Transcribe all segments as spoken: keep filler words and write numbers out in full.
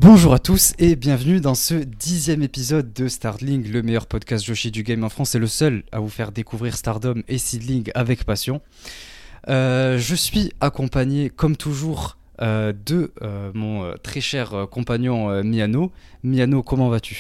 Bonjour à tous et bienvenue dans ce dixième épisode de Startling, le meilleur podcast Joshi du game en France et le seul à vous faire découvrir Stardom et Seedling avec passion. Euh, je suis accompagné comme toujours euh, de euh, mon euh, très cher euh, compagnon euh, Miano. Miano, comment vas-tu ?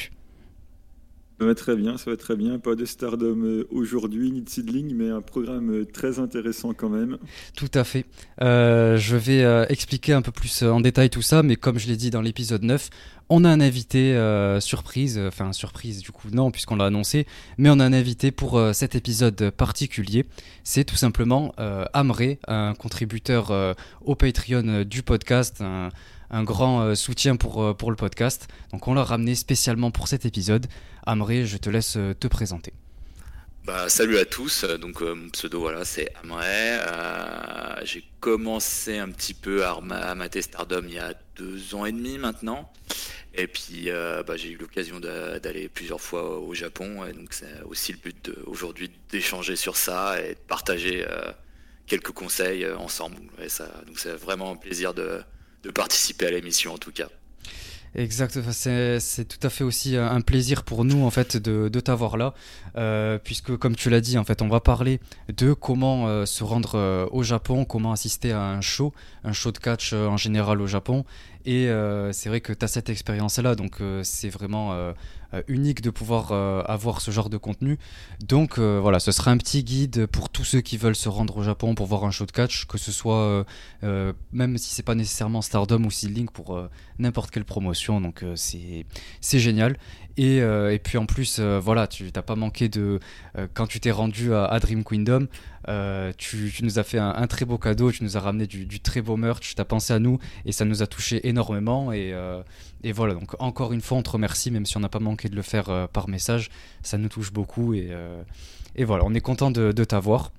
Ça va très bien, ça va très bien. Pas de Stardom euh, aujourd'hui, ni de Seedling, mais un programme euh, très intéressant quand même. Tout à fait. Euh, je vais euh, expliquer un peu plus euh, en détail tout ça, mais comme je l'ai dit dans l'épisode neuf, on a un invité euh, surprise, euh, enfin surprise du coup non puisqu'on l'a annoncé, mais on a un invité pour euh, cet épisode particulier. C'est tout simplement euh, Amré, un contributeur euh, au Patreon euh, du podcast, un, un grand euh, soutien pour, euh, pour le podcast. Donc on l'a ramené spécialement pour cet épisode. Amré, je te laisse euh, te présenter. Bah, salut à tous, donc euh, mon pseudo voilà c'est Amré, euh, j'ai commencé un petit peu à, rema- à mater Stardom il y a deux ans et demi maintenant, et puis euh, bah, j'ai eu l'occasion d'a- d'aller plusieurs fois au Japon, et donc c'est aussi le but de, aujourd'hui d'échanger sur ça et de partager euh, quelques conseils euh, ensemble, et ça, donc c'est vraiment un plaisir de, de participer à l'émission en tout cas. Exact, enfin, c'est, c'est tout à fait aussi un plaisir pour nous en fait de, de t'avoir là, euh, puisque comme tu l'as dit en fait on va parler de comment euh, se rendre euh, au Japon, comment assister à un show, un show de catch euh, en général au Japon, et euh, c'est vrai que tu as cette expérience là, donc euh, c'est vraiment euh, euh, unique de pouvoir euh, avoir ce genre de contenu. Donc euh, voilà, ce sera un petit guide pour tous ceux qui veulent se rendre au Japon pour voir un show de catch, que ce soit euh, euh, même si c'est pas nécessairement Stardom ou Seedling, pour euh, n'importe quelle promotion, donc euh, c'est, c'est génial. Et, euh, et puis en plus, euh, voilà, tu t'as pas manqué de... Euh, quand tu t'es rendu à, à Dream Kingdom, euh, tu, tu nous as fait un, un très beau cadeau, tu nous as ramené du, du très beau merch, tu as pensé à nous, et ça nous a touché énormément. Et, euh, et voilà, donc encore une fois, on te remercie, même si on n'a pas manqué de le faire euh, par message, ça nous touche beaucoup. Et, euh, et voilà, on est content de, de t'avoir.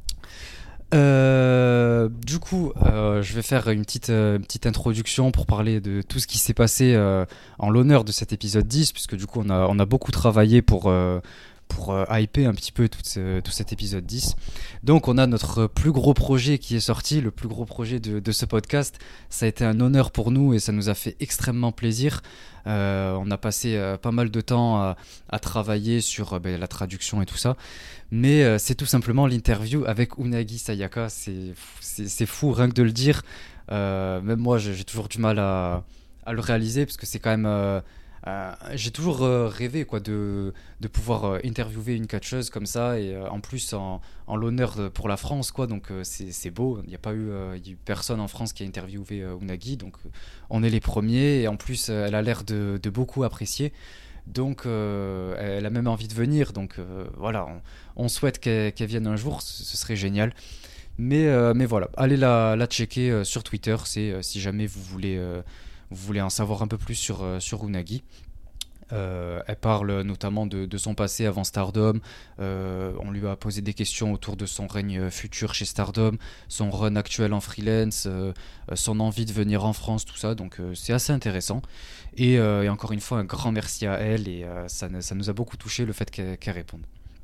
Euh, du coup, euh, je vais faire une petite, euh, une petite introduction pour parler de tout ce qui s'est passé euh, en l'honneur de cet épisode dix, puisque du coup on a, on a beaucoup travaillé pour, euh, pour euh, hyper un petit peu tout, ce, tout cet épisode dix. Donc on a notre plus gros projet qui est sorti, le plus gros projet de, de ce podcast. Ça a été un honneur pour nous et ça nous a fait extrêmement plaisir. Euh, on a passé euh, pas mal de temps à, à travailler sur euh, ben, la traduction et tout ça. Mais euh, c'est tout simplement l'interview avec Unagi Sayaka. C'est, c'est, c'est fou rien que de le dire. Euh, même moi, j'ai, j'ai toujours du mal à, à le réaliser parce que c'est quand même. Euh, euh, j'ai toujours euh, rêvé quoi, de, de pouvoir euh, interviewer une catcheuse comme ça et euh, en plus en, en l'honneur de- pour la France. Quoi, donc euh, c'est, c'est beau. Il n'y a pas eu, euh, il y a eu personne en France qui a interviewé euh, Unagi. Donc euh, on est les premiers et en plus euh, elle a l'air de, de beaucoup apprécier. Donc euh, elle a même envie de venir, donc euh, voilà, on, on souhaite qu'elle, qu'elle vienne un jour, ce, ce serait génial. Mais, euh, mais voilà, allez la, la checker euh, sur Twitter, c'est, euh, si jamais vous voulez, euh, vous voulez en savoir un peu plus sur, euh, sur Unagi. Euh, elle parle notamment de, de son passé avant Stardom. Euh, on lui a posé des questions autour de son règne futur chez Stardom, son run actuel en freelance, euh, son envie de venir en France, tout ça. Donc euh, c'est assez intéressant. Et, euh, et encore une fois, un grand merci à elle. Et euh, ça, ça nous a beaucoup touché le fait qu'elle, qu'elle réponde.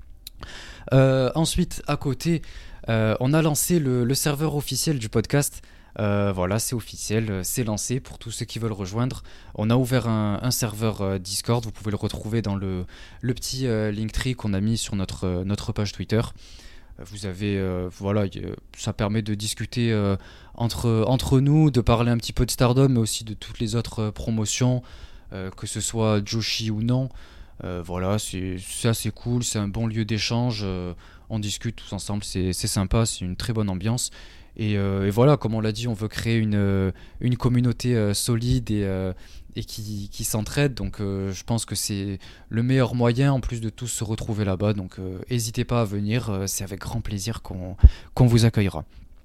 Euh, ensuite, à côté, euh, on a lancé le, le serveur officiel du podcast. Euh, voilà, c'est officiel, c'est lancé pour tous ceux qui veulent rejoindre. On a ouvert un, un serveur euh, Discord, vous pouvez le retrouver dans le, le petit euh, Linktree qu'on a mis sur notre, euh, notre page Twitter. Vous avez, euh, voilà, y- ça permet de discuter euh, entre, entre nous, de parler un petit peu de Stardom, mais aussi de toutes les autres euh, promotions, euh, que ce soit Joshi ou non. Euh, voilà, c'est, c'est assez cool, c'est un bon lieu d'échange. Euh, on discute tous ensemble, c'est, c'est sympa, c'est une très bonne ambiance. Et, euh, et voilà, comme on l'a dit, on veut créer une, euh, une communauté euh, solide et, euh, et qui, qui s'entraide. Donc euh, je pense que c'est le meilleur moyen en plus de tous se retrouver là-bas. Donc euh, n'hésitez pas à venir, euh, c'est avec grand plaisir qu'on, qu'on vous accueillera.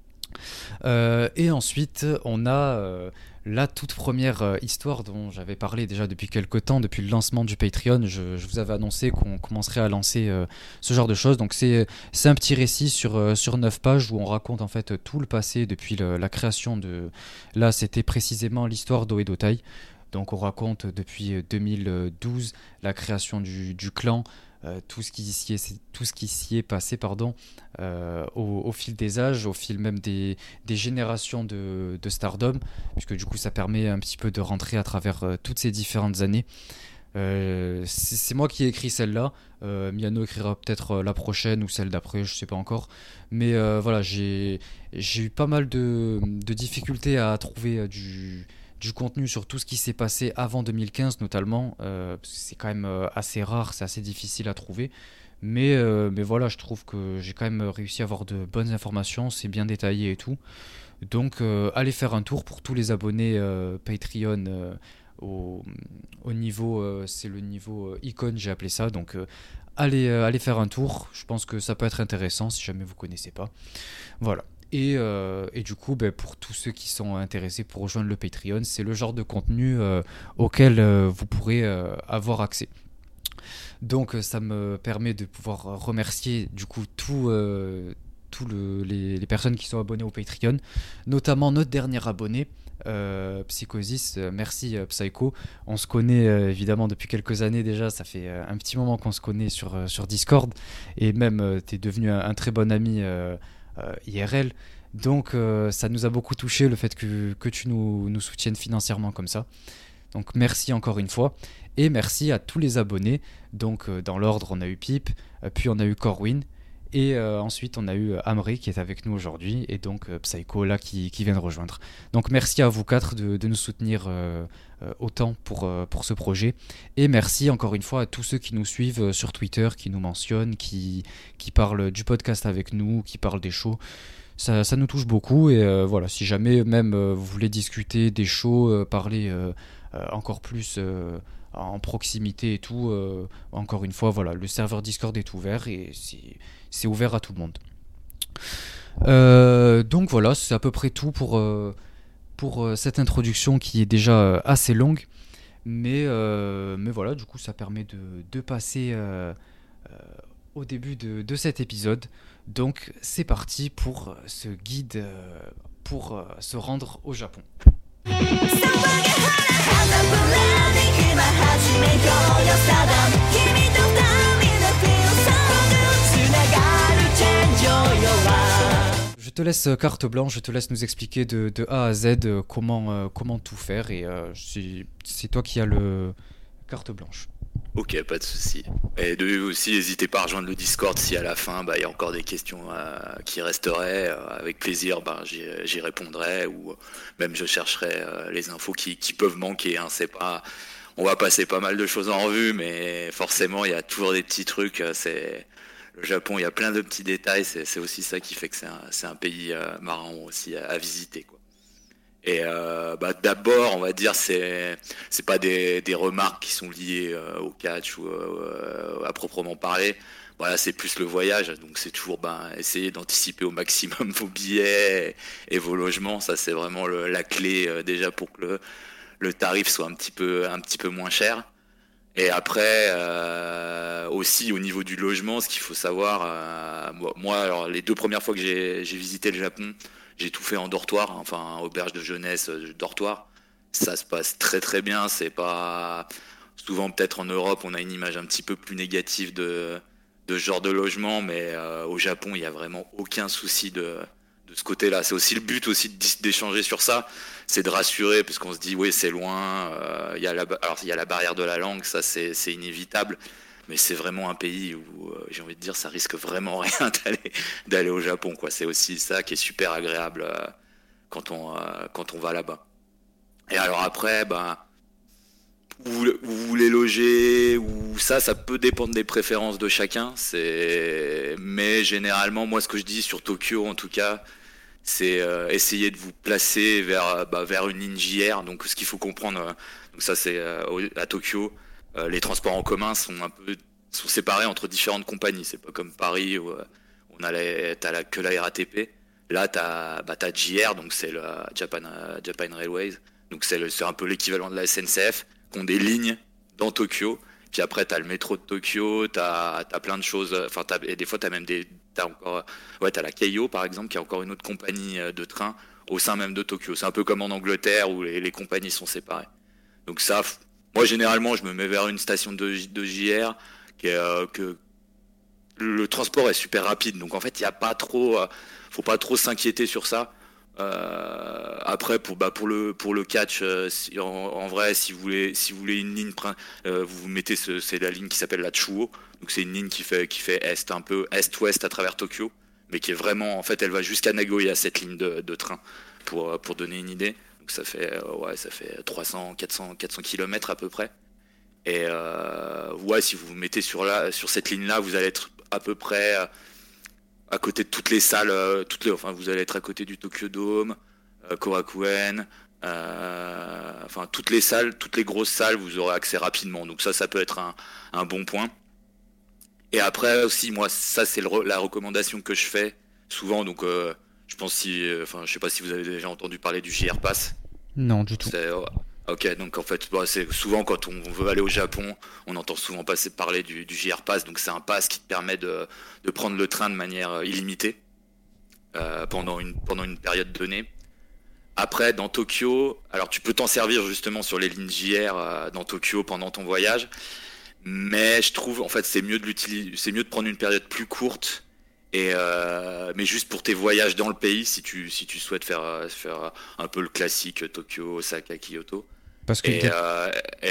Euh, et ensuite, on a euh, la toute première euh, histoire dont j'avais parlé déjà depuis quelques temps, depuis le lancement du Patreon. Je, je vous avais annoncé qu'on commencerait à lancer euh, ce genre de choses. Donc c'est, c'est un petit récit sur, euh, sur neuf pages où on raconte en fait tout le passé depuis le- la création de... Là, c'était précisément l'histoire d'Oedo Tai. Donc on raconte depuis deux mille douze la création du, du clan, euh, tout ce qui s'y est, tout ce qui s'y est passé pardon, euh, au, au fil des âges, au fil même des, des générations de, de Stardom, puisque du coup ça permet un petit peu de rentrer à travers euh, toutes ces différentes années. Euh, c'est, c'est moi qui ai écrit celle-là. Euh, Miano écrira peut-être euh, la prochaine ou celle d'après, je sais pas encore. Mais euh, voilà, j'ai, j'ai eu pas mal de, de difficultés à trouver euh, du, du contenu sur tout ce qui s'est passé avant deux mille quinze, notamment. Euh, parce que c'est quand même euh, assez rare, c'est assez difficile à trouver. Mais, euh, mais voilà, je trouve que j'ai quand même réussi à avoir de bonnes informations, c'est bien détaillé et tout. Donc, euh, allez faire un tour pour tous les abonnés euh, Patreon. Euh, au, au niveau, euh, c'est le niveau euh, icône, j'ai appelé ça. Donc, euh, allez, euh, allez faire un tour. Je pense que ça peut être intéressant si jamais vous connaissez pas. Voilà. Et, euh, et du coup, ben, pour tous ceux qui sont intéressés pour rejoindre le Patreon, c'est le genre de contenu euh, auquel euh, vous pourrez euh, avoir accès. Donc, ça me permet de pouvoir remercier du coup tout. Euh, tous le, les, les personnes qui sont abonnées au Patreon, notamment notre dernier abonné, euh, Psychosis. Euh, merci euh, Psycho. On se connaît euh, évidemment depuis quelques années déjà, ça fait euh, un petit moment qu'on se connaît sur, euh, sur Discord, et même euh, tu es devenu un, un très bon ami euh, euh, I R L. Donc euh, ça nous a beaucoup touché le fait que, que tu nous, nous soutiennes financièrement comme ça. Donc merci encore une fois. Et merci à tous les abonnés. Donc euh, dans l'ordre, on a eu Pip, euh, puis on a eu Corwin. Et euh, ensuite, on a eu Amri qui est avec nous aujourd'hui, et donc euh, Psycho là qui, qui vient de rejoindre. Donc merci à vous quatre de, de nous soutenir euh, euh, autant pour, euh, pour ce projet. Et merci encore une fois à tous ceux qui nous suivent sur Twitter, qui nous mentionnent, qui, qui parlent du podcast avec nous, qui parlent des shows. Ça, ça nous touche beaucoup, et euh, voilà, si jamais même euh, vous voulez discuter des shows, euh, parler euh, euh, encore plus... Euh, en proximité et tout, euh, encore une fois, voilà, le serveur Discord est ouvert et c'est, c'est ouvert à tout le monde. Euh, donc voilà, c'est à peu près tout pour, euh, pour euh, cette introduction qui est déjà euh, assez longue, mais, euh, mais voilà, du coup ça permet de, de passer euh, euh, au début de, de cet épisode. Donc c'est parti pour ce guide euh, pour euh, se rendre au Japon. Je te laisse carte blanche, je te laisse nous expliquer de, de A à Z comment, euh, comment tout faire, et euh, c'est, c'est toi qui as le carte blanche. Ok, pas de souci. Et de aussi, n'hésitez pas à rejoindre le Discord si à la fin, bah, il y a encore des questions euh, qui resteraient. Euh, avec plaisir, bah, j'y, j'y répondrai, ou même je chercherai euh, les infos qui, qui peuvent manquer. Hein. C'est pas, on va passer pas mal de choses en revue, mais forcément, il y a toujours des petits trucs. C'est le Japon, il y a plein de petits détails. C'est, c'est aussi ça qui fait que c'est un, c'est un pays euh, marrant aussi à, à visiter, quoi. Et euh, bah, d'abord, on va dire, c'est c'est pas des, des remarques qui sont liées euh, au catch ou euh, à proprement parler. Voilà, c'est plus le voyage. Donc c'est toujours ben, essayer d'anticiper au maximum vos billets et, et vos logements. Ça, c'est vraiment le, la clé euh, déjà pour que le, le tarif soit un petit peu un petit peu moins cher. Et après, euh, aussi au niveau du logement, ce qu'il faut savoir, euh, moi, moi, alors les deux premières fois que j'ai, j'ai visité le Japon, j'ai tout fait en dortoir, enfin auberge de jeunesse, dortoir. Ça se passe très très bien. C'est pas souvent, peut-être en Europe, on a une image un petit peu plus négative de de ce genre de logement, mais euh, au Japon, il y a vraiment aucun souci de de ce côté-là. C'est aussi le but aussi d'échanger sur ça, c'est de rassurer, parce qu'on se dit oui c'est loin, euh, il y a la alors il y a la barrière de la langue, ça c'est c'est inévitable. Mais c'est vraiment un pays où, euh, j'ai envie de dire, ça risque vraiment rien d'aller, d'aller au Japon, quoi. C'est aussi ça qui est super agréable euh, quand, on, euh, quand on va là-bas. Et alors après, bah, où, où vous voulez loger, ou ça, ça peut dépendre des préférences de chacun. C'est... Mais généralement, moi, ce que je dis sur Tokyo, en tout cas, c'est euh, essayer de vous placer vers, bah, vers une ligne J R. Donc, ce qu'il faut comprendre, euh, donc ça, c'est euh, à Tokyo. Euh, les transports en commun sont un peu sont séparés entre différentes compagnies. C'est pas comme Paris où euh, on a la, t'as la, que la R A T P. Là, t'as bah, t'as J R, donc c'est la Japan euh, Japan Railways. Donc c'est, le, c'est un peu l'équivalent de la S N C F, qui ont des lignes dans Tokyo. Puis après, t'as le métro de Tokyo, t'as t'as plein de choses. Enfin, t'as, et des fois, t'as même des t'as encore ouais, t'as la Keio par exemple, qui est encore une autre compagnie de train au sein même de Tokyo. C'est un peu comme en Angleterre où les, les compagnies sont séparées. Donc ça. Moi, généralement, je me mets vers une station de, de J R qui est, euh, que le transport est super rapide. Donc en fait, il y a pas trop, euh, faut pas trop s'inquiéter sur ça. Euh, après pour bah pour le pour le catch, euh, si, en, en vrai, si vous voulez si vous voulez une ligne, euh, vous vous mettez ce, c'est la ligne qui s'appelle la Chuo. Donc c'est une ligne qui fait qui fait est un peu est-ouest à travers Tokyo, mais qui est vraiment, en fait, elle va jusqu'à Nagoya, cette ligne de, de train, pour pour donner une idée. Donc ça fait euh, ouais ça fait trois cents quatre cents quatre cents kilomètres à peu près. Et euh, ouais, si vous vous mettez sur la sur cette ligne là, vous allez être à peu près euh, à côté de toutes les salles, euh, toutes les, enfin vous allez être à côté du Tokyo Dome, euh, Korakuen, euh, enfin toutes les salles, toutes les grosses salles, vous aurez accès rapidement. Donc ça, ça peut être un, un bon point. Et après aussi, moi, ça c'est le, la recommandation que je fais souvent. Donc euh, je pense si, enfin je sais pas si vous avez déjà entendu parler du J R Pass. Non, du tout. C'est, ok, donc en fait, bah, c'est souvent quand on veut aller au Japon, on entend souvent passer parler du, du J R Pass. Donc c'est un pass qui te permet de, de prendre le train de manière illimitée euh, pendant une pendant une période donnée. Après, dans Tokyo, alors tu peux t'en servir justement sur les lignes J R euh, dans Tokyo pendant ton voyage, mais je trouve en fait c'est mieux de l'utiliser, c'est mieux de prendre une période plus courte. Et euh, mais juste pour tes voyages dans le pays, si tu si tu souhaites faire faire un peu le classique Tokyo, Osaka, Kyoto, Parce que et, t'es- euh,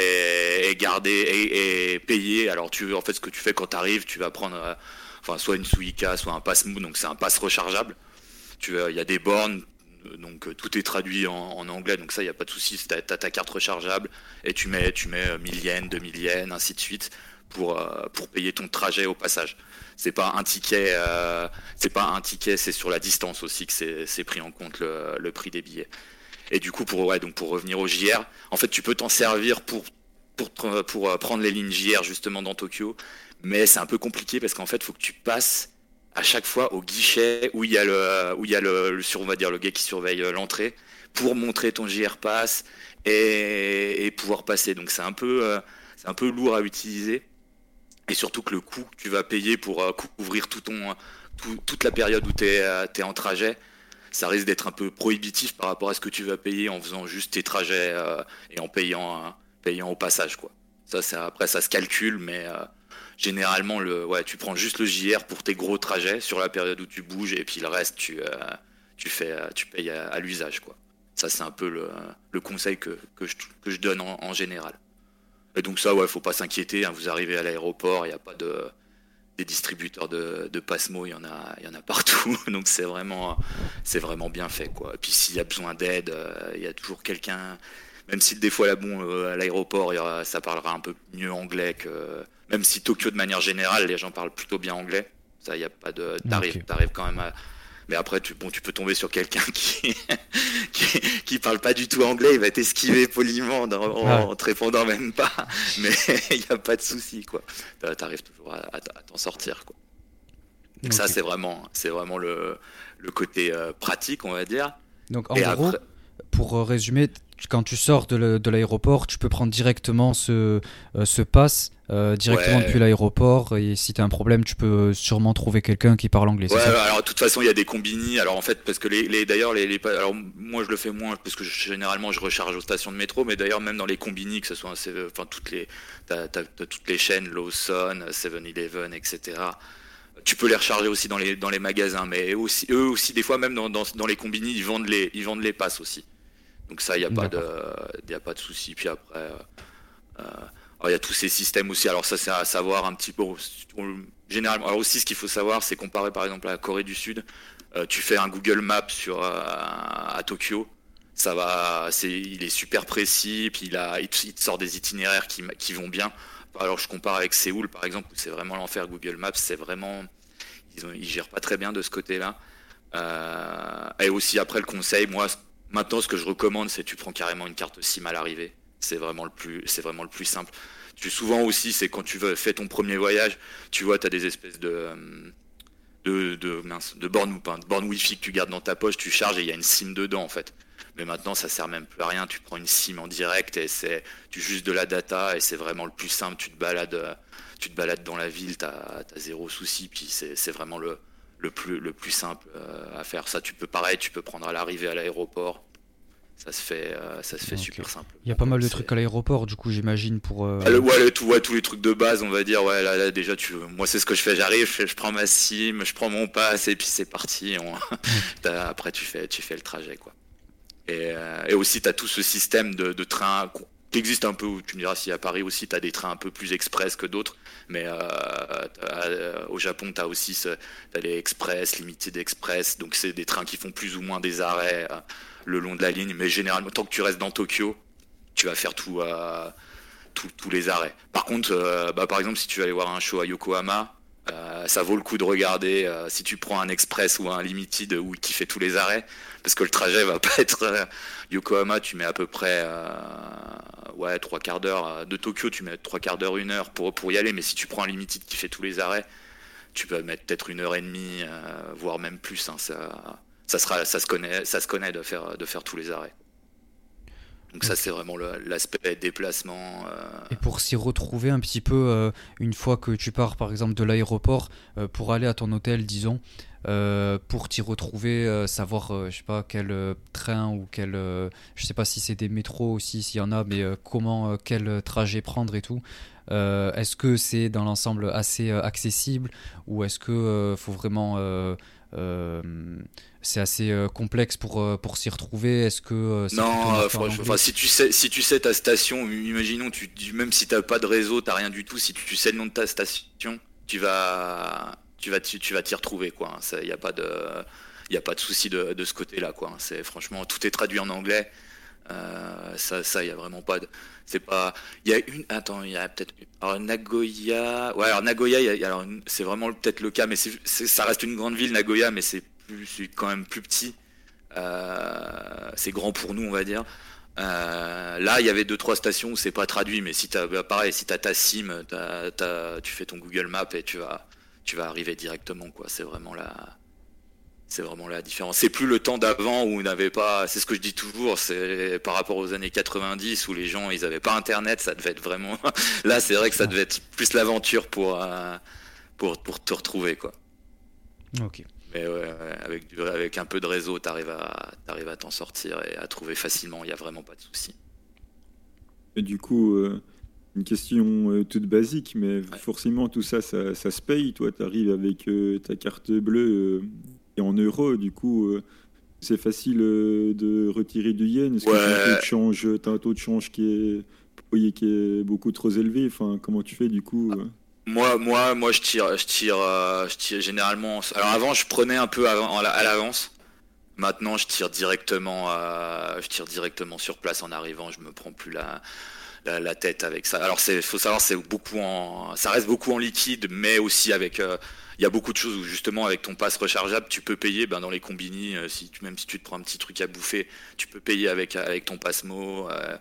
et, et garder et, et payer. Alors tu en fait ce que tu fais quand tu arrives, tu vas prendre euh, enfin soit une Suica, soit un pass Move, donc c'est un pass rechargeable. Tu il y a des bornes, euh, donc euh, tout est traduit en, en anglais, donc ça il y a pas de souci. T'as t'as ta carte rechargeable et tu mets tu mets euh, mille yens, deux mille yens, ainsi de suite pour euh, pour payer ton trajet au passage. C'est pas un ticket, euh, c'est pas un ticket, c'est sur la distance aussi que c'est c'est pris en compte le, le prix des billets. Et du coup, pour ouais, donc pour revenir au J R, en fait, tu peux t'en servir pour pour pour, pour euh, prendre les lignes J R justement dans Tokyo, mais c'est un peu compliqué parce qu'en fait, il faut que tu passes à chaque fois au guichet où il y a le où il y a le, le sur on va dire le gars qui surveille euh, l'entrée pour montrer ton J R Pass et, et pouvoir passer. Donc c'est un peu euh, c'est un peu lourd à utiliser. Et surtout que le coût que tu vas payer pour euh, couvrir tout ton, tout- toute la période où tu es, en trajet, ça risque d'être un peu prohibitif par rapport à ce que tu vas payer en faisant juste tes trajets euh, et en payant, euh, payant au passage, quoi. Ça, c'est, après, ça se calcule, mais euh, généralement, le, ouais, tu prends juste le J R pour tes gros trajets sur la période où tu bouges et puis le reste, tu, euh, tu, fais, euh, tu payes à, à l'usage, quoi. Ça, c'est un peu le, le conseil que, que, je, que je donne en, en général. Et donc ça, ouais, faut pas s'inquiéter, hein, vous arrivez à l'aéroport, il n'y a pas de des distributeurs de, de Passmo, il y en a, il y en a partout, donc c'est vraiment, c'est vraiment bien fait, quoi. Et puis s'il y a besoin d'aide, euh, il y a toujours quelqu'un, même si des fois là, bon, euh, à l'aéroport, il y aura- ça parlera un peu mieux anglais que, même si Tokyo de manière générale, les gens parlent plutôt bien anglais, ça, il y a pas de, t'arrives, Ok. t'arrives quand même à, mais après, tu, bon, tu peux tomber sur quelqu'un qui, qui, qui parle pas du tout anglais, il va t'esquiver poliment dans- en, Ouais. en te répondant même pas, mais il y a pas de souci, quoi. T'a- T'arrives toujours à, à t- à t'en sortir, quoi. Donc ça, Ok. c'est vraiment, c'est vraiment le, le côté euh, pratique, on va dire. Donc en Et gros, après, pour euh, résumer, t- quand tu sors de le- de l'aéroport, tu peux prendre directement ce, euh, ce pass euh, directement ouais, depuis l'aéroport. Et si tu as un problème, tu peux sûrement trouver quelqu'un qui parle anglais, c'est ouais, ça? alors de toute façon, il y a des combini. Alors en fait, parce que les, les d'ailleurs, les, les, pa- alors moi je le fais moins parce que je- généralement je recharge aux stations de métro, mais d'ailleurs même dans les combini, que ce soit, un C- enfin toutes les, t'as, t'as- t'as toutes les chaînes, Lawson, seven eleven, et cetera. Tu peux les recharger aussi dans les dans les magasins, mais aussi eux aussi des fois même dans dans, dans les combini, ils vendent les ils vendent les passes aussi. Donc ça, il y a pas de D'accord. il y a pas de souci. Puis après. euh, Euh, alors, il y a tous ces systèmes aussi. Alors ça, c'est à savoir un petit peu. on- Généralement, alors aussi, ce qu'il faut savoir, c'est comparer par exemple à la Corée du Sud. Euh, tu fais un Google Maps sur euh, à Tokyo, ça va, c'est, il est super précis, puis il a, il te, il te sort des itinéraires qui, qui vont bien. Alors je compare avec Séoul par exemple, où c'est vraiment l'enfer. Google Maps, c'est vraiment, ils, ont, ils gèrent pas très bien de ce côté-là. Euh, et aussi après le conseil, moi maintenant ce que je recommande, c'est tu prends carrément une carte SIM à l'arrivée. C'est vraiment le plus, c'est vraiment le plus simple. Tu souvent aussi, c'est quand tu veux, fais ton premier voyage, tu vois, tu as des espèces de euh, de de, mince, de bornes enfin, de bornes Wi-Fi que tu gardes dans ta poche, tu charges et il y a une SIM dedans en fait. Mais maintenant ça sert même plus à rien, tu prends une SIM en direct et c'est tu juste de la data et c'est vraiment le plus simple, tu te balades euh, tu te balades dans la ville, t'as t'as zéro souci, puis c'est c'est vraiment le le plus le plus simple euh, à faire. Ça tu peux pareil, tu peux prendre à l'arrivée à l'aéroport. Ça se fait, euh, ça se fait Ok. super simple. Il y a pas mal de C'est- trucs à l'aéroport, du coup, j'imagine, pour. euh, Ah, le- ouais, le- tout, ouais, tous les trucs de base, on va dire. Ouais, là, là, déjà, tu, moi, c'est ce que je fais. J'arrive, je, fais- je prends ma SIM, je prends mon pass et puis c'est parti. On- t'as- après, tu fais, tu fais le trajet, quoi. Et, euh, et aussi, tu as tout ce système de, de trains qu'on- qui existe un peu. Où tu me diras si à Paris aussi, tu as des trains un peu plus express que d'autres. Mais euh, t'as- euh, au Japon, tu as aussi ce, t'as les express, limited express. Donc, c'est des trains qui font plus ou moins des arrêts euh, le long de la ligne. Mais généralement, tant que tu restes dans Tokyo, tu vas faire tout, euh, tout- tous les arrêts. Par contre, euh, bah, par exemple, si tu vas aller voir un show à Yokohama, euh, ça vaut le coup de regarder euh, si tu prends un express ou un limited où qui fait tous les arrêts, parce que le trajet va pas être euh, Yokohama, tu mets à peu près euh, ouais trois quarts d'heure euh, de Tokyo, tu mets trois quarts d'heure, une heure pour pour y aller, mais si tu prends un limited qui fait tous les arrêts, tu peux mettre peut-être une heure et demie, euh, voire même plus. Hein, ça, ça sera, ça se connaît, ça se connaît de faire de faire tous les arrêts. Donc ça, Ok. c'est vraiment le- l'aspect déplacement. euh, Et pour s'y retrouver un petit peu, euh, une fois que tu pars par exemple de l'aéroport, euh, pour aller à ton hôtel, disons, euh, pour t'y retrouver, euh, savoir, euh, je sais pas, quel euh, train ou quel, euh, je sais pas si c'est des métros aussi, s'il y en a, mais euh, comment, euh, quel trajet prendre et tout. Euh, est-ce que c'est dans l'ensemble assez euh, accessible ou est-ce que euh, faut vraiment, euh, euh, c'est assez euh, complexe pour, euh, pour s'y retrouver? Est-ce que euh, c'est plutôt Non, euh, marqué en franchement, anglais? enfin, si tu sais, si tu sais ta station, imaginons, tu, tu- même si t'as pas de réseau, t'as rien du tout, si tu sais le nom de ta station, tu vas, tu vas, tu, tu vas t'y retrouver, quoi. Il y a pas de, y a pas de souci de, de ce côté-là, quoi. C'est franchement, tout est traduit en anglais. Euh, ça, ça, il y a vraiment pas de, c'est pas, il y a une, attends, il y a peut-être, alors Nagoya, ouais, alors Nagoya, il y a- il y a- alors, une- c'est vraiment peut-être le cas, mais c'est, c'est- ça reste une grande ville, Nagoya, mais c'est plus, c'est quand même plus petit. Euh, c'est grand pour nous, on va dire. Euh, là, il y avait deux trois stations où c'est pas traduit, mais si t'as, bah, pareil, si t'as ta SIM, t'as, t'as- tu fais ton Google Maps et tu vas, tu vas arriver directement, quoi. C'est vraiment la, c'est vraiment la différence. C'est plus le temps d'avant où on n'avait pas. C'est ce que je dis toujours. C'est par rapport aux années quatre-vingt-dix où les gens ils avaient pas Internet, ça devait être vraiment. Là, c'est vrai que ça devait être plus l'aventure pour euh, pour pour te retrouver, quoi. Ok. Mais ouais, ouais, avec, du- avec un peu de réseau, t'arrives à, t'arrives à t'en sortir et à trouver facilement, il n'y a vraiment pas de souci. Et du coup, euh, une question euh, toute basique, mais Ouais. forcément tout ça, ça, ça se paye. Toi, tu arrives avec euh, ta carte bleue euh, et en euros, du coup, euh, c'est facile euh, de retirer du yen. Est-ce que tu as un taux de Ouais, change, t'as un taux de change qui est, oui, qui est beaucoup trop élevé? Enfin, comment tu fais du coup? euh moi, moi, moi, je tire, je tire, euh, je tire généralement. Alors avant, je prenais un peu avant- à la- à l'avance. Maintenant, je tire directement, euh, je tire directement sur place en arrivant. Je me prends plus la, la, la tête avec ça. Alors, c'est, faut savoir, c'est beaucoup en, ça reste beaucoup en liquide, mais aussi avec, euh, il y a beaucoup de choses où justement avec ton pass rechargeable, tu peux payer, ben, dans les combini, euh, si tu, même si tu te prends un petit truc à bouffer, tu peux payer avec avec ton Passmo. Euh,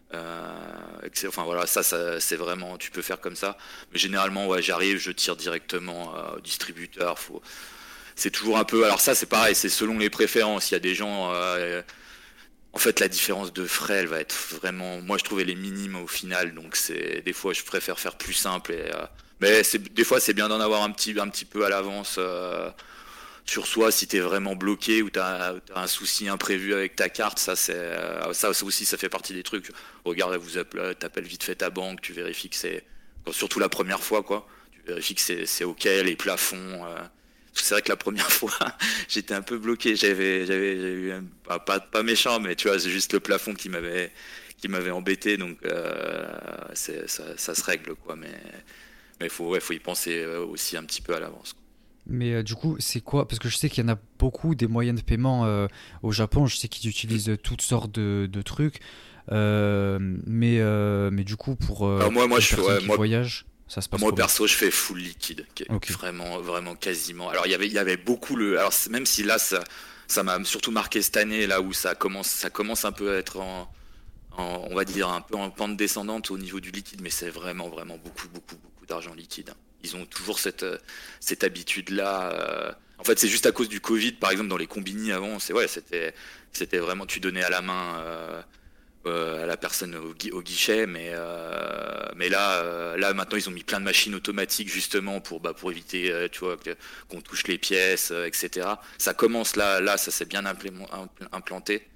euh, et que c'est- enfin voilà, ça, ça, c'est vraiment, tu peux faire comme ça. Mais généralement, ouais, j'arrive, je tire directement euh, au distributeur. Faut, c'est toujours un peu. Alors ça, c'est pareil, c'est selon les préférences. Il y a des gens. euh, en fait, la différence de frais, elle va être vraiment. Moi, je trouvais les minimes au final, donc c'est des fois, je préfère faire plus simple. Et, euh, mais c'est des fois, c'est bien d'en avoir un petit, un petit peu à l'avance euh, sur soi si t'es vraiment bloqué ou t'as, t'as un souci imprévu avec ta carte. Ça, c'est euh, ça, ça aussi, ça fait partie des trucs. Regarde, vous appelez, t'appelles vite fait ta banque, tu vérifies que c'est surtout la première fois, quoi. Tu vérifies que c'est, c'est ok, les plafonds. euh, c'est vrai que la première fois, j'étais un peu bloqué. J'avais, j'avais, j'ai eu un- pas, pas, pas méchant, mais tu vois, c'est juste le plafond qui m'avait, qui m'avait embêté. Donc, euh, c'est, ça, ça se règle, quoi. Mais, mais faut, ouais, faut y penser euh, aussi un petit peu à l'avance. Mais euh, du coup, c'est quoi? Parce que je sais qu'il y en a beaucoup des moyens de paiement euh, au Japon. Je sais qu'ils utilisent euh, toutes sortes de, de trucs. Euh, mais, euh, mais du coup, pour euh, Alors moi, moi, les je fais, personnes ouais, qui moi, voyagent, ça se passe moi comment? perso, je fais full liquide, qui est Ok. vraiment, vraiment quasiment. Alors il y avait, il y avait beaucoup le. Alors c'est- même si là, ça, ça m'a surtout marqué cette année, là où ça commence, ça commence un peu à être en, en- on va dire un peu en pente descendante au niveau du liquide, mais c'est vraiment, vraiment beaucoup, beaucoup, beaucoup d'argent liquide. Ils ont toujours cette, euh, cette habitude-là. euh. En fait, c'est juste à cause du Covid, par exemple, dans les combini avant, c'est ouais, c'était, c'était vraiment, tu donnais à la main. euh, euh, à la personne au, gui- au guichet, mais euh, mais là euh, là maintenant ils ont mis plein de machines automatiques justement pour bah pour éviter euh, tu vois que- qu'on touche les pièces, euh, et cetera. Ça commence là là, ça s'est bien implément- impl- implanté,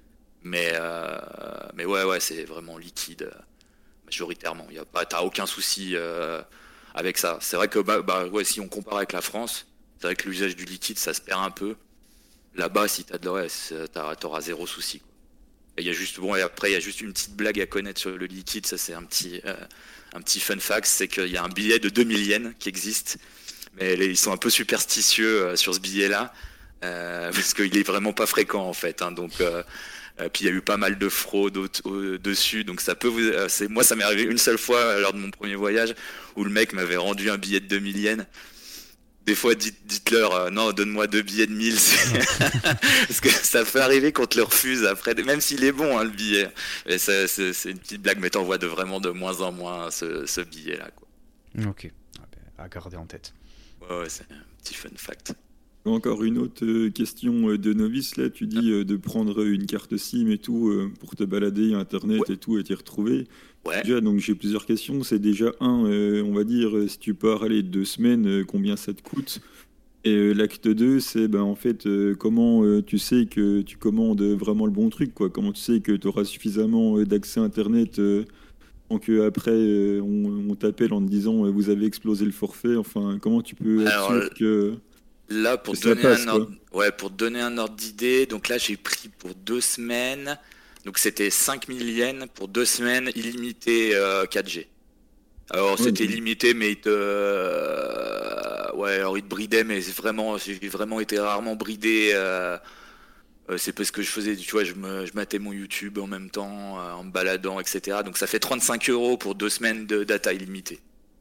Mais, euh, mais ouais, ouais, c'est vraiment liquide euh, majoritairement. Y a pas, t'as aucun souci euh, avec ça. C'est vrai que bah, bah, ouais, si on compare avec la France, c'est vrai que l'usage du liquide, ça se perd un peu. Là-bas, si t'as de l'O S, t'as- t'auras zéro souci, quoi. Et il y a juste bon et après il y a juste une petite blague à connaître sur le liquide, ça c'est un petit euh, un petit fun fact, c'est qu'il y a un billet de deux mille yens qui existe, mais les- ils sont un peu superstitieux euh, sur ce billet-là euh, parce qu'il est vraiment pas fréquent en fait, hein, donc euh, euh, puis il y a eu pas mal de fraudes au- au- dessus, donc ça peut vous euh, c'est moi ça m'est arrivé une seule fois euh, lors de mon premier voyage où le mec m'avait rendu un billet de deux mille yens. Des fois, dites, dites-leur, euh, non, donne-moi deux billets de mille, c'est- parce que ça peut arriver qu'on te le refuse après, même s'il est bon, hein, le billet. Et c'est, c'est- c'est une petite blague, mais t'en vois de vraiment de moins en moins ce, ce billet-là, quoi. Ok, ah ben, à garder en tête. Ouais, ouais, c'est un petit fun fact. Encore une autre euh, question euh, de novice, là, tu dis euh, de prendre une carte SIM et tout euh, pour te balader, Internet Ouais. et tout, et t'y retrouver. Ouais. Déjà, donc j'ai plusieurs questions. C'est déjà un, euh, on va dire, euh, si tu pars aller deux semaines, euh, combien ça te coûte? Et euh, l'acte deux, c'est ben, en fait euh, comment euh, tu sais que tu commandes vraiment le bon truc, quoi. Comment tu sais que tu auras suffisamment euh, d'accès Internet euh, sans que après euh, on, on t'appelle en te disant euh, vous avez explosé le forfait. Enfin, comment tu peux être Alors sûr que, là, que pour ça donner passe, un quoi? ordre, ouais, pour donner un ordre d'idée, donc là, j'ai pris pour deux semaines, donc c'était cinq mille yens pour deux semaines illimité euh, quatre G. Alors Ouais, c'était donc, limité, mais il te, euh, ouais, alors il te bridait, mais c'est vraiment, j'ai vraiment été rarement bridé. euh, euh, c'est parce que je faisais, tu vois, je me, je matais mon YouTube en même temps, euh, en me baladant, et cetera. Donc ça fait trente-cinq euros pour deux semaines de data illimitée.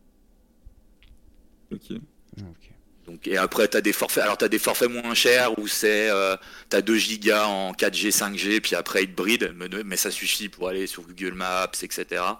ok. Ok. Donc et après t'as des forfaits, alors t'as des forfaits moins chers où c'est, euh, t'as deux gigas en quatre G, cinq G, puis après ils te brident, mais, mais ça suffit pour aller sur Google Maps, et cetera.